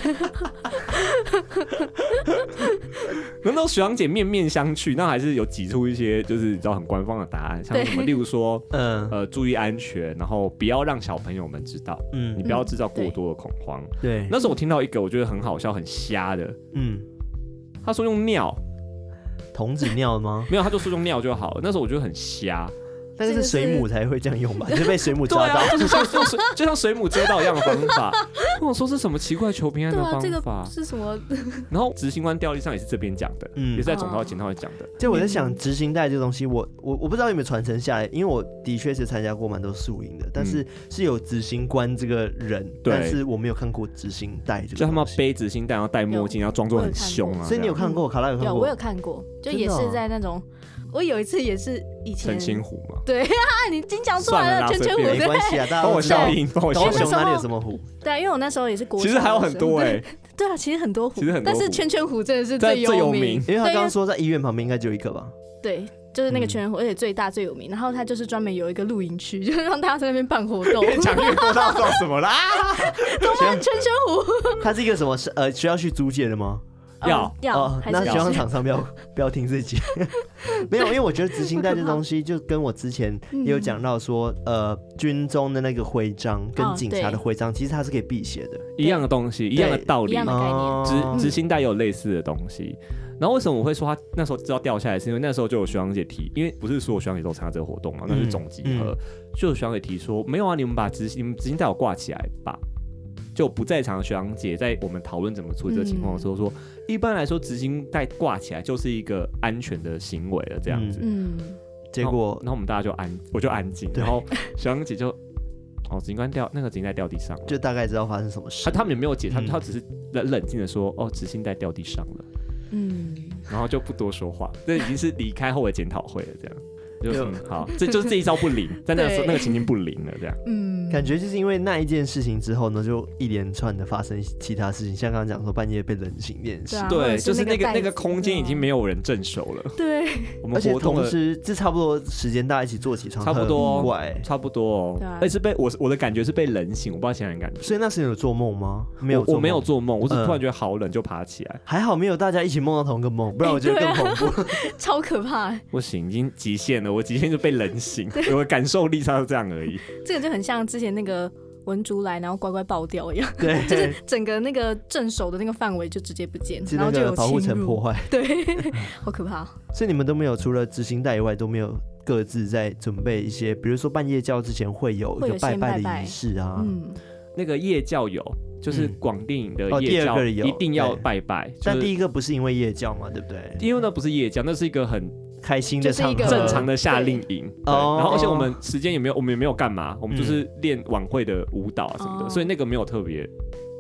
那时候学长姐面面相觑，那还是有挤出一些就是你知道很官方的答案，像什么例如说注意安全，然后不要让小朋友们知道，你不要制造过多的恐慌。 对， 那时候我听到一个我觉得很好笑很瞎的，他说用尿， 童子尿吗？ 没有，他就说用尿就好了。那时候我觉得很瞎， 但是水母才会这样用吧，就是被水母抓到， 就像水母遮到一样的方法。跟我说是什么奇怪求平安的方法？ 是什么？ 然后执行官调例上也是这边讲的，也是在总套检讨会讲的。 就我在想执行带这个东西，我不知道有没有传承下来，因为我的确是参加过蛮多宿营的，但是是有执行官这个人，但是我没有看过执行带这个。 就他们要背执行带，然后戴墨镜，然后装作很凶啊。 所以你有看过？卡拉有看过？ 有，我有看过，就也是在那种。我有一次也是以前澄清湖嘛， 对啊，你经讲出来了，圈圈湖没关系啊，大家帮我消音，帮我消音。 高雄哪里有什么湖？ 对啊，因为我那时候也是国小， 其实还有很多对啊，其实很多湖， 但是圈圈湖真的是最有名， 因为他刚刚说在医院旁边应该就有一个吧？ 对，就是那个圈圈湖，而且最大最有名。然后他就是专门有一个露营区，就是让大家在那边办活动。 越讲越多，到知道什么啦？ 怎么办？圈圈湖， 它是一个什么？需要去租借的吗？ 要， 那希望厂商不要听自己。没有，因为我觉得执行带这东西，就跟我之前也有讲到说，军中的那个徽章跟警察的徽章，其实它是可以辟邪的， 一样的东西，一样的道理， 一样的概念。 执行带有类似的东西。然后为什么我会说他那时候知道掉下来，是因为那时候就有学长姐提，因为不是所有学长姐都参加这个活动嘛，那是总集合，就有学长姐提说，没有啊，你们执行带有挂起来吧。就不在场的学长姐在我们讨论怎么处理这个情况的时候说，一般来说执行带挂起来就是一个安全的行为了，这样子。 结果， 然后我们大家我就安静，然后学长姐就执行官那个执行带掉地上了， 就大概知道发生什么事。 他们也没有解，他只是冷静的说，执行带掉地上了。然后就不多说话，这已经是离开后的检讨会了，这样。好，这就是这一招不灵，在那个时候那个情境不灵了，这样。 感觉就是因为那一件事情之后呢，就一连串的发生其他事情，像刚刚讲说半夜被冷醒这件事， 对，就是那个空间已经没有人镇守了。 对， 而且同时这差不多时间大家一起坐起床， 差不多怪， 差不多哦。而且是我的感觉是被冷醒，我不知道其他人感觉。 所以那时候有做梦吗？没有， 我没有做梦，我只突然觉得好冷就爬起来。 还好没有大家一起梦到同一个梦，不然我觉得更恐怖， 超可怕。 不行，已经极限了，我极限就被冷醒，我的感受力差就这样而已。 这个就很像之前那个文竹来，然后乖乖爆掉一样， 对， 就是整个那个镇守的那个范围就直接不见， 然后就有保护层破坏， 对，好可怕。 所以你们都没有除了执行带以外，都没有各自在准备一些，比如说办夜教之前会有一个拜拜的仪式啊。 那个夜教有，就是广电影的夜教一定要拜拜， 但第一个不是因为夜教嘛，对不对？ 因为那不是夜教，那是一个很开心的场合， 正常的夏令营。然后而且我们时间也没有，我们也没有干嘛，我们就是练晚会的舞蹈啊什么的，所以那个没有特别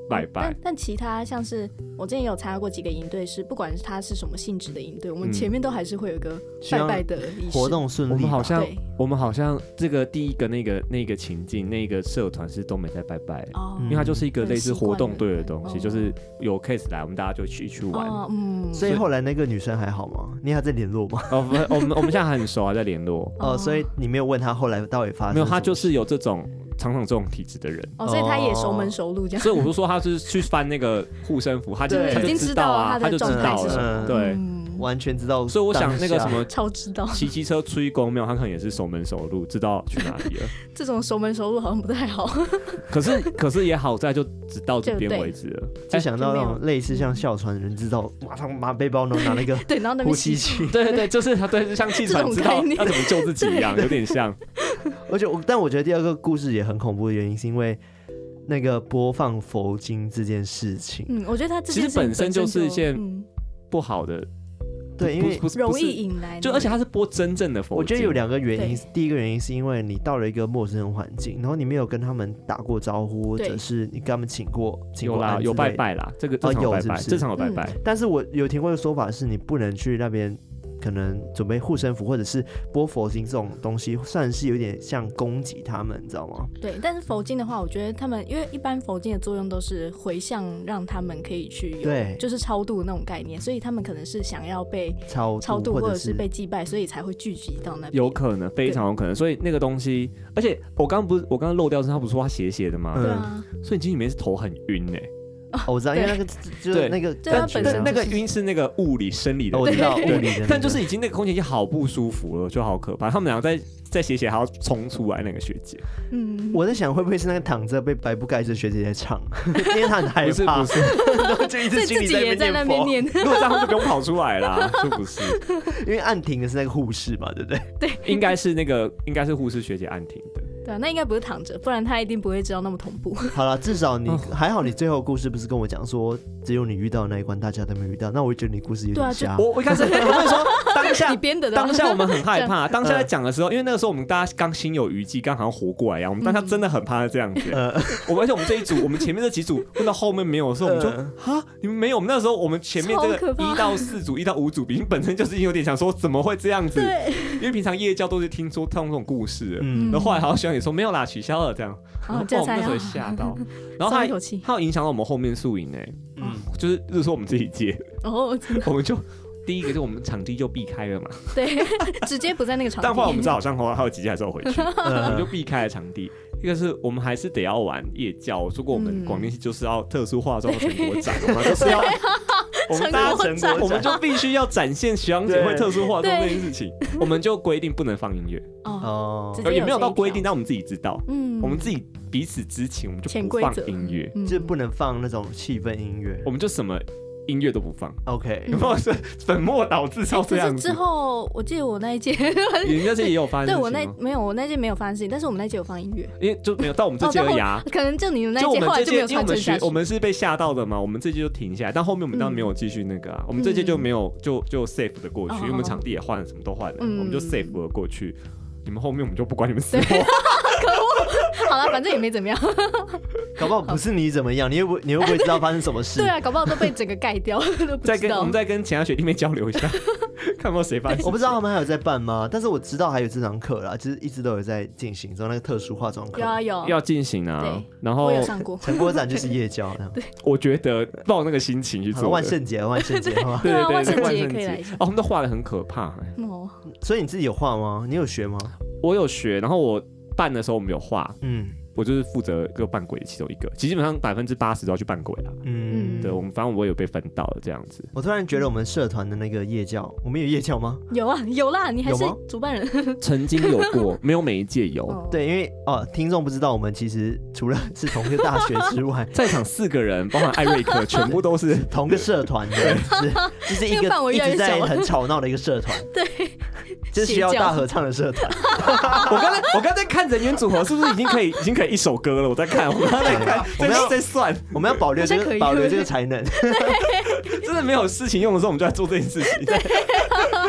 拜拜。 但其他像是我之前有参加过几个营队，是不管它是什么性质的营队，我们前面都还是会有一个拜拜的仪式， 活动顺利。 我们好像这个第一个那个情境那个社团是都没在拜拜，因为它就是一个类似活动队的东西，就是有 case 来，我们大家就一起去玩。 所以后来那个女生还好吗？你还在联络吗？ 我们现在还很熟，还在联络。 所以你没有问他后来到底发生什么？ 没有，他就是有这种常常这种体质的人。 所以他也熟门熟路这样。 所以我就说他是去翻那个护身符，他就知道啊， 他就知道了，对。 完全知道， 所以我想那个什么超知道骑机车出去公庙，他可能也是熟门熟路，知道去哪里了。 这种熟门熟路好像不太好。 可是也好在就只到这边为止了。 就想到那种类似像哮喘的人知道，马上拿背包，然后拿那个呼吸器。 对，就是他对像气喘知道要怎么救自己一样，有点像。 但我觉得第二个故事也很恐怖的原因是因为那个播放佛经这件事情。 我觉得他其实本身就是一件不好的。 对，因为容易引来， 而且他是播真正的佛经。 我觉得有两个原因，第一个原因是因为你到了一个陌生的环境，然后你没有跟他们打过招呼，或者是你跟他们请过有拜拜啦，这个正常有拜拜，正常有拜拜。 但是我有听过一个说法是，你不能去那边。可能准备护身符或者是播佛经这种东西，算是有点像攻击他们，你知道吗？ 对，但是佛经的话，我觉得他们因为一般佛经的作用都是回向，让他们可以去对， 就是超度那种概念，所以他们可能是想要被超度或者是被祭拜，所以才会聚集到那边。 有可能，非常有可能。所以那个东西，而且我刚刚漏掉是他不是说他斜斜的吗？ 对啊， 所以你里面是头很晕我知道，因为那个就是那个感觉， 那个晕是那个物理生理的， 我知道物理的， 但就是已经那个空间已经好不舒服了，就好可怕。他们两个在斜还要冲出来那个学姐， 我在想会不会是那个躺着被白布盖着学姐在唱，因为她很害怕， 不是， 然后就一直心里在那边念佛。如果这样他就不用跑出来啦，就不是， 因为按停的是那个护士嘛，对不对？ 对， 应该是护士学姐按停的。 对啊，那应该不是躺着，不然他一定不会知道那么同步。 好了，至少你还好，你最后故事不是跟我讲说只有你遇到的那一关，大家都没遇到，那我就觉得你故事有点瞎。 我一开始我跟你说，当下我们很害怕，当下在讲的时候，因为那个时候我们大家刚心有余悸，刚好像活过来一样，我们当下真的很怕这样子。而且我们这一组，我们前面这几组问到后面没有的时候，我们就哈，你们没有？我们那时候我们前面这个1到4组、1到5组，已经本身就是有点想说怎么会这样子？因为平常夜教都是听说这种故事，然后后来好像学长也说没有啦，取消了这样。然后我们那时候吓到，然后它有影响到我们后面宿营就是日说我们这一届，我们就第一个就我们场地就避开了嘛， 对，直接不在那个场地。 但后来我们知道好像还有几届还是要回去，我们就避开了场地。一个是我们还是得要玩夜教，如果我们广电系就是要特殊化妆成果展，我们就是要我们大家成果，我们就必须要展现学长姐会特殊化妆这件事情，我们就规定不能放音乐也没有到规定，但我们自己知道，我们自己彼此知情，我们就不放音乐， 就不能放那种气氛音乐， 我们就什么音乐都不放 ，OK， 有没有是粉末导致成这样子？ 之后我记得我那一届， 你那届也有发生事情吗？ 对我那届没有发生事情，但是我们那届有放音乐， 因为就没有到我们这届而已可能就你们那届后来就没有传承下去。 我们是被吓到的嘛，我们这届就停下来，但后面我们当然没有继续那个我们这届就没有就 safe 的过去，因为我们场地也换了，什么都换了，我们就 safe 的过去。你们后面我们就不管你们死活。 可恶！好了，反正也没怎么样。 搞不好不是你怎么样，你会不会知道发生什么事？ 对啊，搞不好都被整个盖掉了，都不知道。 我们再跟其他学弟妹交流一下，看有没有谁发生。 我不知道他们还有在办吗？但是我知道还有这堂课啦，就是一直都有在进行，之后那个特殊化妆课有要进行啊。 对， 然后我有上过。 成果展就是夜教。 对， 我觉得抱那个心情去做。 万圣节， 对， 万圣节也可以来。 他们都画得很可怕。 所以你自己有画吗？你有学吗？ 我有学，然后我办的时候我们有画，我就是负责个扮鬼的其中一个，其实基本上80%都要去扮鬼啦。对，我们反正我有被分到了这样子。 我突然觉得我们社团的那个夜教，我们有夜教吗？ 有啊，有啦，你还是主办人。 曾经有过，没有每一届有。 对，因为听众不知道，我们其实除了是同一个大学之外， 在场4个人，包含艾瑞克，全部都是同个社团的，就是一个一直在很吵闹的一个社团。 对， 就是需要大合唱的社团。 我刚才看人员组合是不是已经可以一首歌了？我在看，我刚才看，我们要在算， 我们要保留这个才能。 真的没有事情用的时候，我们就在做这件事情。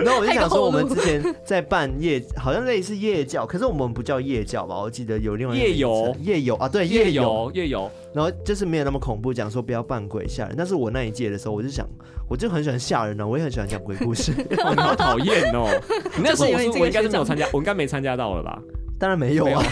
然后我就想说，我们之前在办好像类似夜教，可是我们不叫夜教吧？我记得有另外一个夜游啊，对，夜游。然后就是没有那么恐怖，讲说不要扮鬼吓人。但是我那一届的时候，我就很喜欢吓人啊，我也很喜欢讲鬼故事。 哦，你好讨厌哦！你那时候我应该是没有参加，我应该没参加到了吧？ 当然没有啊。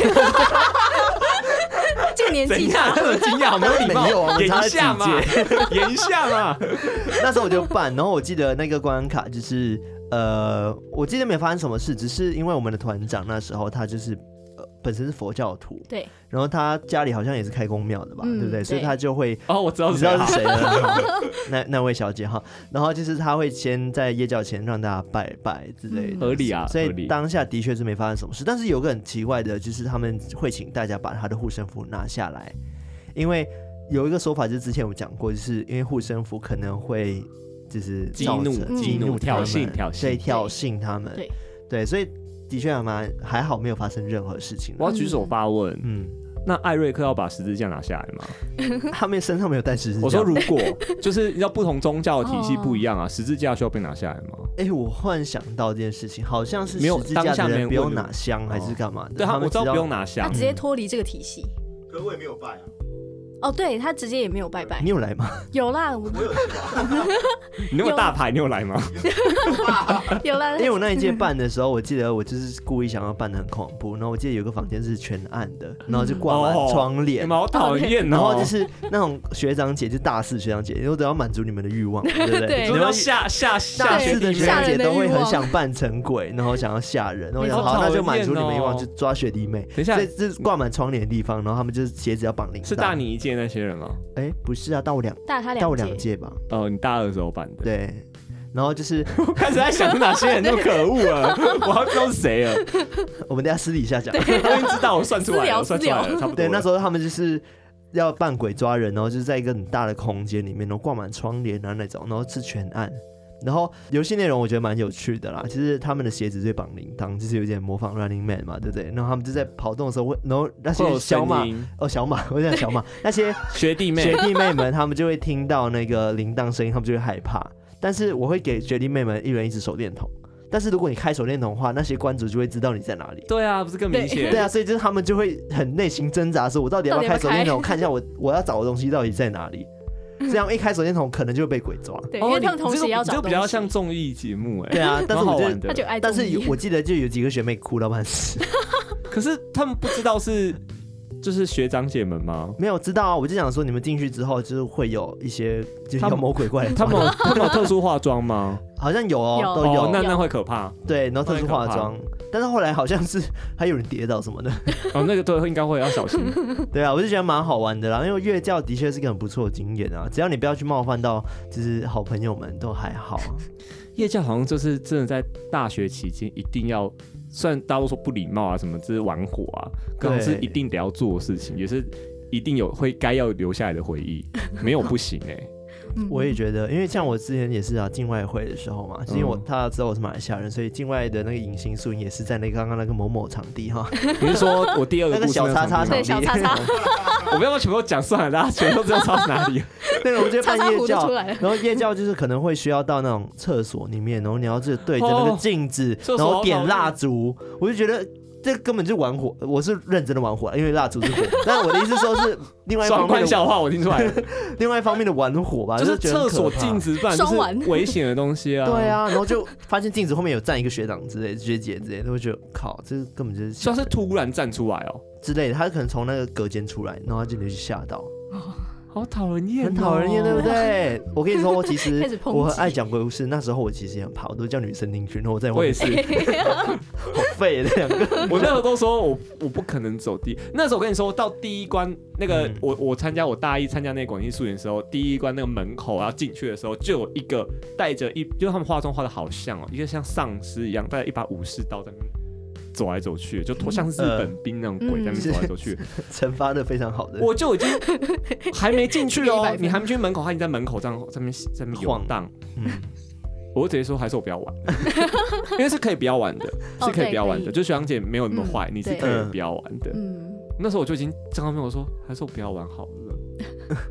这个年纪大，那么惊讶，没有礼貌， 没有啊， 演一下嘛，演一下嘛。 那时候我就办，然后我记得那个关卡就是我记得没发生什么事，只是因为我们的团长那时候他就是本身是佛教徒， 对， 然后他家里好像也是开公庙的吧，对不对？所以他就会我知道是谁了，那位小姐哈，然后就是他会先在夜教前让大家拜拜之类的， 合理啊。 所以当下的确是没发生什么事，但是有个很奇怪的，就是他们会请大家把他的护身符拿下来，因为有一个说法就是之前有讲过，就是因为护身符可能会就是激怒挑衅他们，对，所以的确还好没有发生任何事情。 我要举手发问，那艾瑞克要把十字架拿下来吗？ 他们身上没有带十字架。 我说如果就是要不同宗教的体系不一样啊，十字架需要被拿下来吗？ 我忽然想到这件事情，好像是十字架的人不用拿香还是干嘛的？ 对，我知道不用拿香， 他直接脱离这个体系。 可我也没有拜啊。 哦，对，他直接也没有拜拜。 你有来吗？ 有啦，我有去啊。 你那么大牌，你有来吗？ 有啦， 因为我那一届办的时候，我记得我就是故意想要办得很恐怖，然后我记得有个房间是全暗的，然后就挂满窗帘， 好讨厌哦。 然后就是那种学长姐，就大四学长姐，我都要满足你们的欲望，对不对？ 你要吓大四的学长姐都会很想扮成鬼，然后想要吓人，然后想好那就满足你们欲望，就抓学弟妹。 等一下， 所以这是挂满窗帘的地方，然后他们就是鞋子要绑铃铛。 是大你一届那些人吗？ 不是啊，大我2届吧。 你大二的时候办的。 对，然后就是我开始在想哪些人那么可恶了，我要知道是谁了。 我们等一下私底下讲。 我已经知道，我算出来了，差不多。 对，那时候他们就是要扮鬼抓人，然后就是在一个很大的空间里面，然后挂满窗帘啊那种，然后是全暗。然后游戏内容我觉得蛮有趣的啦，就是他们的鞋子会绑铃铛，就是有点模仿 Running Man 嘛，对不对？然后他们就在跑动的时候，然后那些小马，我讲小马，那些学弟妹们，他们就会听到那个铃铛声音，他们就会害怕。但是我会给学弟妹们一人一支手电筒，但是如果你开手电筒的话，那些关主就会知道你在哪里。 对啊，不是更明显？ 对啊，所以就是他们就会很内心挣扎，说我到底要不要开手电筒，看一下我要找的东西到底在哪里。这样一开手电筒可能就会被鬼抓。 对，因为他们同时也要找东西。 就比较像综艺节目对啊，但是我觉得但是我记得就有几个学妹哭到半死。 可是他们不知道就是学长姐们吗？ 没有知道啊，我就想说你们进去之后就是会有一些就是妖魔鬼怪的。 他们有特殊化妆吗？ 好像有哦，都有。 那会可怕。 对，然后特殊化妆。但是后来好像是还有人跌倒什么的。 那个对，应该会要小心。 对啊，我就觉得蛮好玩的啦，因为乐教的确是一个很不错的经验啊，只要你不要去冒犯到就是好朋友们都还好。 夜教好像就是真的在大学期间一定要，虽然大家都说不礼貌啊什么，就是玩火啊，可能是一定得要做的事情，也是一定有该要留下来的回忆，没有不行我也觉得，因为像我之前也是啊，境外会的时候嘛，因为他知道我是马来西亚人，所以境外的那个迎新宿营也是在刚刚那个某某场地哈。 你是说我第二个故事那个小叉叉场地？ 小叉叉。 我不要全部讲算了，大家全都知道差哪里。 对，我们就办夜教，然后夜教就是可能会需要到那种厕所里面，然后你要对着那个镜子，然后点蜡烛，我就觉得。这根本就玩火，我是认真的玩火，因为蜡烛是火。但我的意思说是另外一方面的笑话，我听出来了。 另外一方面的玩火吧， 就是厕所镜子，不然就是危险的东西啊。 对啊，然后就发现镜子后面有站一个学长之类、学姐之类，都会觉得靠，这根本就是。 算是突然站出来哦之类的，他可能从那个隔间出来，然后他就去吓到。 好讨人厌， 很讨人厌，对不对？我跟你说，我其实我很爱讲鬼故事。那时候我其实也很怕，我都叫女生听去，然后我也是，好废的两个。 我那时候都说我不可能走那时候我跟你说，到第一关那个我参加我大一参加那个广西宿营的时候，第一关那个门口要进去的时候，就有一个带着就是他们化妆化的好像一个像丧尸一样，带着一把武士刀在那边走来走去，就像是日本兵那种鬼在那边走来走去， 惩罚的非常好的。 我就已经还没进去哦，你还没去门口，他已经在门口这样在那边游荡。我直接说还是我不要玩，因为是可以不要玩的，是可以不要玩的。就学长姐没有那么坏，你是可以不要玩的。那时候我就已经张开面我说还是我不要玩好了。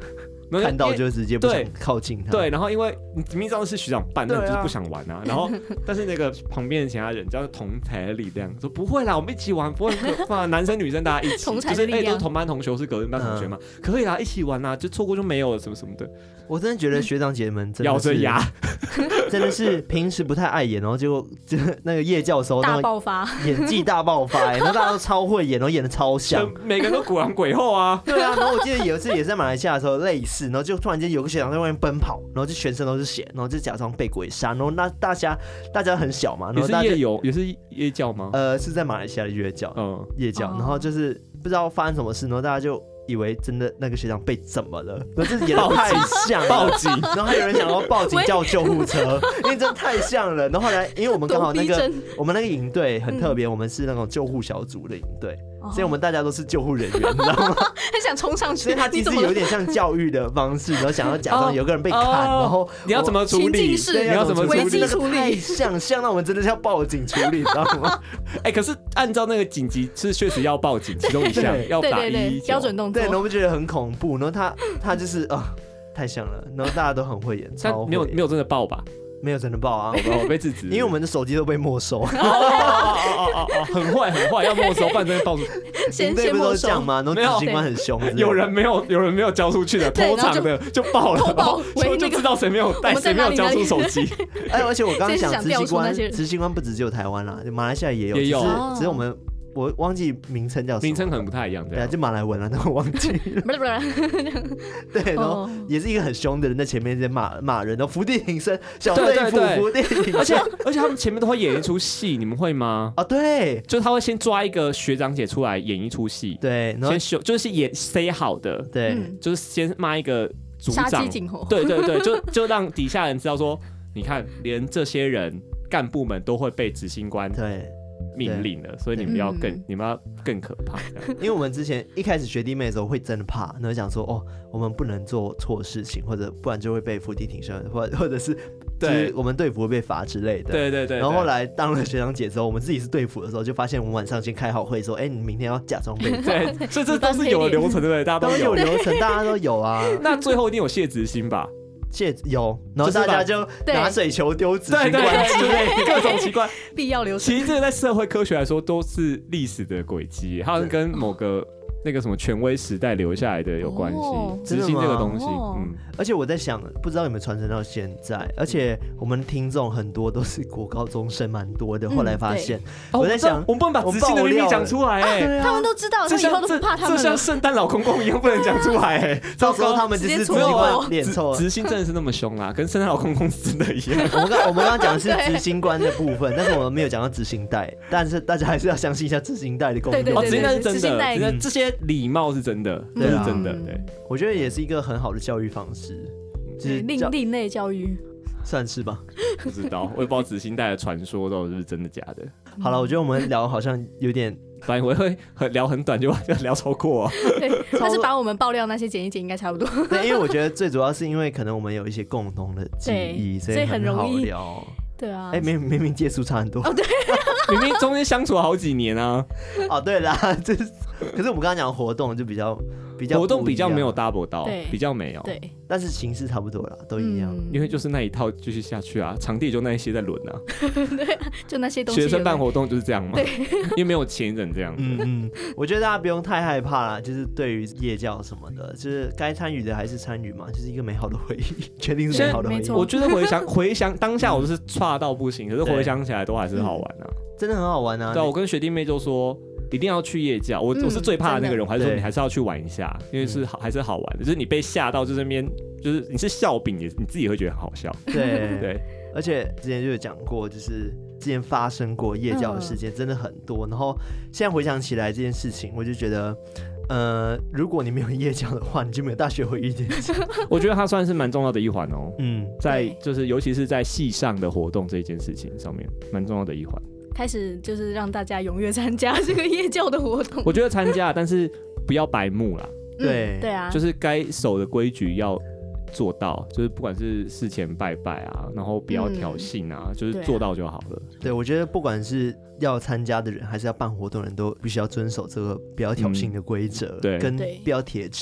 看到就直接不想靠近他。 对，然后因为你明明知道是学长办，但就是不想玩啊。然后但是那个旁边的其他人叫同台的力量，说不会啦，我们一起玩，不会很可怕，男生女生大家一起，就是都是同班同学，是隔壁班同学嘛，可以啦，一起玩啦，就错过就没有了，什么什么的。 我真的觉得学长姐们真的咬着牙， 真的是平时不太爱演，然后结果就那个夜教的时候大爆发， 演技大爆发，然后大家都超会演，然后演的超像， 每个人都鬼狼鬼后啊。 对啊，然后我记得有一次也是在马来西亚的时候类似，然后就突然间有个学长在外面奔跑，然后就全身都是血，然后就假装被鬼杀，然后那大家很小嘛，然后大家也是夜教吗？ 是在马来西亚的夜教，夜教，然后就是不知道发生什么事，然后大家就以为真的那个学长被怎么了，然后这演得太像了， 报警， 然后还有人想要报警叫救护车，因为真的太像了。然后后来，因为我们刚好我们那个营队很特别，我们是那种救护小组的营队，所以我们大家都是救护人员，你知道吗？ 很想冲上去， 所以他其实有点像教育的方式，然后想要假装有个人被砍，然后你要怎么处理？你要怎么危机处理？ 太像到我们真的是要报警处理，你知道吗？ 可是按照那个紧急是确实要报警，其中一项要打119 标准动作。 对，然后我们觉得很恐怖，然后他就是太像了，然后大家都很会演，超会演。 没有真的报吧？ 没有真的报啊， 我被制止， 因为我们的手机都被没收。 很坏，要没收，不然真的报出。 先没收讲嘛，然后执行官很凶， 有人没有交出去的，偷藏的就报了，就知道谁没有带，谁没有交出手机。 而且我刚刚讲执行官不只有台湾啦，马来西亚也有，只是我忘记名称叫什么， 名称可能不太一样， 对啊，就马来文啊，但我忘记了。对，然后也是一个很凶的人在前面在骂人，然后伏地挺身，小队伏地挺身， 而且他们前面都会演一出戏，你们会吗？ 对， 就是他会先抓一个学长姐出来演一出戏， 对，然后先就是演 say 好的， 对， 就是先骂一个组长， 杀鸡儆猴， 对，就让底下人知道说，你看，连这些人干部们都会被执行官命令了，所以你们要更可怕。 因为我们之前一开始学弟妹的时候会真的怕，然后想说我们不能做错事情，或者不然就会被伏地挺身，或者是就是我们队服会被罚之类的。 对。 然后后来当了学长姐之后，我们自己是队服的时候，就发现我们晚上先开好会说，你明天要假装被罚。 对，所以这都是有的流程，对不对？大家都有流程，大家都有啊。 那最后一定有谢执行吧？ 有，然后大家就拿水球丢执行官之类各种奇怪必要流程。 其实这个在社会科学来说都是历史的轨迹，它跟某个那个什么权威时代留下来的有关系，执行这个东西。 而且我在想，不知道有没有传承到现在，而且我们听众很多都是国高中生，蛮多的。后来发现，我在想， 我们不能把执行的秘密讲出来， 他们都知道，以后都不怕他们。 这像圣诞老公公一样，不能讲出来， 到时候他们就是执行官脸臭。 执行真的是那么凶啊，跟圣诞老公公真的一样。 我们刚刚讲的是执行官的部分，但是我们没有讲到执行带，但是大家还是要相信一下执行带的功用。 执行带是真的，这些礼貌是真的，这是真的。对， 我觉得也是一个很好的教育方式。 另类教育算是吧， 不知道，我也不知道执行带的传说到底是真的假的。 好了，我觉得我们聊好像有点， 反正我会聊很短就聊超过。 对，但是把我们爆料那些剪一剪应该差不多。 对，因为我觉得最主要是因为可能我们有一些共同的记忆，所以很容易聊。 对啊， 明明接触差很多， 对， 明明中间相处了好几年啊。 对啦，可是我们刚刚讲活动就比较活动比较没有 double 到，比较没有， 对， 但是形式差不多啦，都一样， 因为就是那一套继续下去啊，场地就那一些在轮啊， 对，就那些东西。 学生办活动就是这样嘛，因为没有前人这样子。 我觉得大家不用太害怕啦，就是对于夜教什么的，就是该参与的还是参与嘛，就是一个美好的回忆，确定是美好的回忆。 我觉得回想当下我就是差到不行，可是回想起来都还是好玩啊， 真的很好玩啊。 对，我跟学弟妹就说。一定要去夜教，我是最怕的那个人，我还是说你还是要去玩一下，因为还是好玩的。就是你被吓到，就是那边就是你是笑柄，你自己会觉得很好笑。 对，而且之前就有讲过，就是之前发生过夜教的事件真的很多，然后现在回想起来这件事情，我就觉得。如果你没有夜教的话，你就没有大学回忆这件事。 我觉得它算是蛮重要的一环哦。在就是尤其是在系上的活动这件事情上面，蛮重要的一环。 开始就是让大家踊跃参加这个夜教的活动。 我觉得参加，但是不要白目啦。 对啊， 就是该守的规矩要做到，就是不管是事前拜拜啊，然后不要挑衅啊，就是做到就好了。 对，我觉得不管是要参加的人，还是要办活动的人都必须要遵守这个不要挑衅的规则，跟不要铁齿。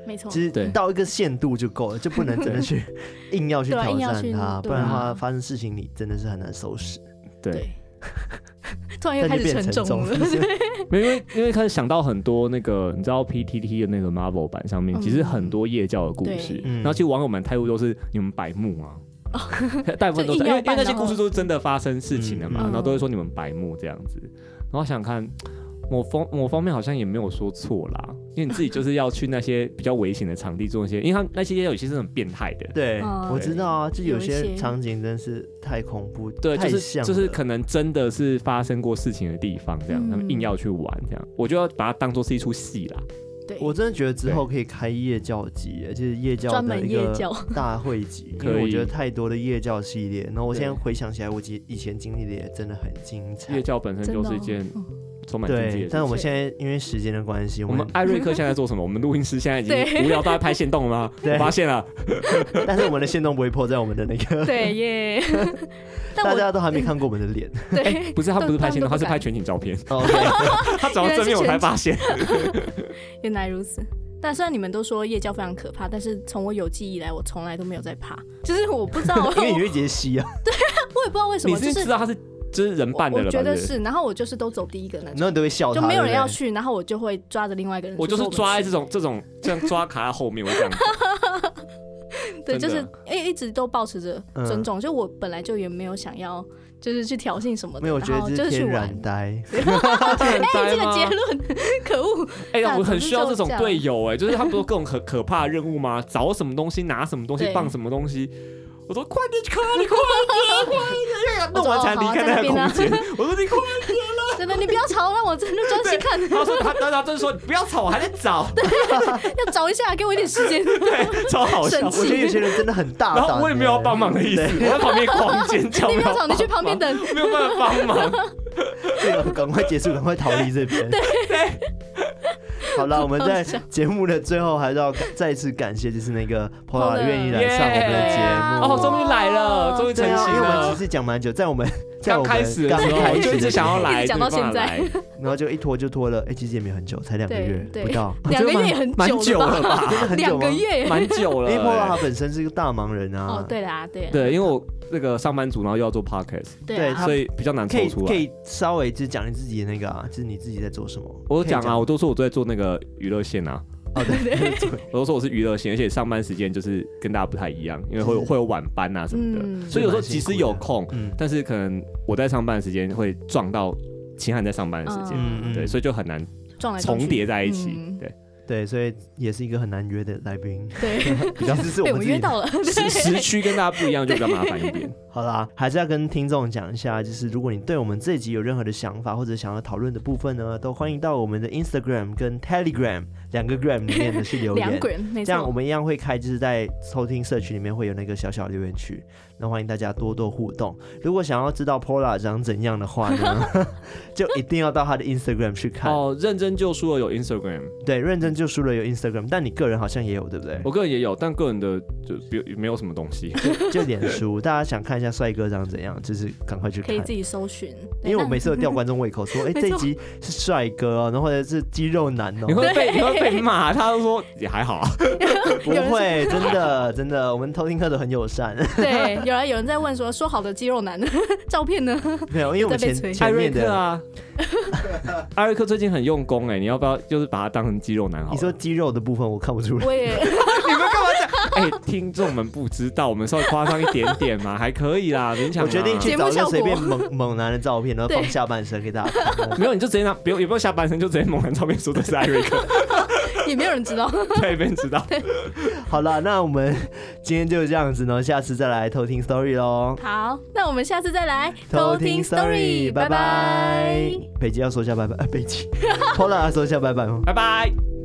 没错， 其实到一个限度就够了，就不能真的去硬要去挑战它，不然的话发生事情你真的是很难收拾。 对， 突然又开始沉重了。 因为开始想到很多那个，你知道 PTT 的那个 Marvel 版上面，其实很多夜教的故事，然后其实网友们态度都是你们白目啊。大部分都是因为那些故事都是真的发生事情的嘛，然后都会说你们白目这样子。然后想看某方面好像也没有说错啦，因为你自己就是要去那些比较危险的场地做一些，因为他那些有些是很变态的。 对，我知道啊，就有些场景真是太恐怖， 对， 太像了， 就是可能真的是发生过事情的地方，这样他们硬要去玩，这样我就要把它当作是一出戏啦。 我真的觉得之后可以开夜教集，就是夜教的一个大会集，因为我觉得太多的夜教系列，然后我现在回想起来，我以前经历的也真的很精彩。 夜教本身就是一件充满禁忌的事情。 但是我们现在因为时间的关系， 我们艾瑞克现在在做什么？我们录音师现在已经无聊到在拍限动了吗？我发现了， 但是我们的限动不会破在我们的那个。 对耶。 大家都还没看过我们的脸。 对， 不是他不是拍限动，他是拍全景照片。 OK， 他找到正面我才发现。 原来如此。但虽然你们都说夜教非常可怕，但是从我有记忆以来，我从来都没有在怕。就是我不知道， 因为你会直接吸啊。 对啊，我也不知道为什么。 你是知道他是就是人扮的了吧？ 我觉得是。然后我就是都走第一个那种， 然后你都会笑他， 就没有人要去，然后我就会抓着另外一个人。 我就是抓在这种这样抓卡在后面，我这样。 对，就是一直都保持着尊重，就我本来就也没有想要就是去挑衅什么的， 没有，我觉得这是天然呆。 这个结论，可恶！ 我很需要这种队友就是他们不是各种可怕的任务吗？找什么东西，拿什么东西，放什么东西。我说快点，弄完才离开那个空间。我说你快点了， 真的，你不要吵，让我真的专心看。 他说他就是说你不要吵，我还在找， 要找一下，给我一点时间。 对，超好笑。 我觉得有些人真的很大胆， 然后我也没有要帮忙的意思，我在旁边狂尖叫。 你不要吵，你去旁边等， 没有办法帮忙。 对，赶快结束，赶快逃离这边。 对。 好了，我们在节目的最后还是要再次感谢，就是那个 Paula 愿意来上我们的节目。 哦，终于来了，终于成型了。 因为我们其实讲蛮久，在我们刚开始的时候就一直想要来， 讲到现在， 然后就一拖就拖了，其实也没很久，才2个月不到 ，2个月也很蛮久了吧？ 真的很久吗？2 个月蛮久了。 因为 Paula 他本身是一个大忙人啊。 哦，对啦，对， 因为我那个上班族，然后又要做 podcast， 对， 所以比较难抽出来。 可以稍微就讲你自己的那个就是你自己在做什么。 我讲啊，我都说我都在做那个娱乐线啊。 对， 我都说我是娱乐线，而且上班时间就是跟大家不太一样，因为会有晚班啊什么的，所以有时候即使有空，但是可能我在上班的时间会撞到其他人在上班的时间，对，所以就很难重叠在一起， 对，所以也是一个很难约的来宾。 对， 比较是被我们约到了， 时区跟大家不一样，就比较麻烦一点。 好啦，还是要跟听众讲一下，就是如果你对我们这一集有任何的想法或者想要讨论的部分呢，都欢迎到我们的 Instagram 跟 Telegram 2个 gram 里面的去留言，这样我们一样会开，就是在收听社区里面会有那个小小留言区，那欢迎大家多多互动。如果想要知道 Paula 长怎样的话呢，就一定要到他的 Instagram 去看。 认真就输了有 Instagram， 对，认真就输了有 Instagram， 但你个人好像也有，对不对？ 我个人也有，但个人的就没有什么东西， 就脸书。大家想看一下帅哥长怎样，就是赶快去看， 可以自己搜寻。 因为我每次都吊观众胃口，说这一集是帅哥然后或者是肌肉男你会被骂，他都说也还好啊， 不会，真的，我们偷听客都很友善。 对，有人在问说好的肌肉男照片呢？ 没有，因为我们前面的啊，艾瑞克最近很用功你要不要就是把他当成肌肉男好了？ 你说肌肉的部分我看不出来， 我也你们干嘛讲？听众们不知道，我们稍微夸张一点点嘛，还可以啦，勉强。 我决定去找一个随便猛男的照片，然后放下半身给大家看。 没有，你就直接拿，也不用下半身，就直接猛男照片说这是艾瑞克， 也没有人知道， 对，没人知道。 好了，那我们今天就这样子呢，下次再来偷听 story 咯。 好，那我们下次再来偷听 story， 拜拜。北极要说一下拜拜，北极。Paula 要说一下拜拜吗？ 拜拜。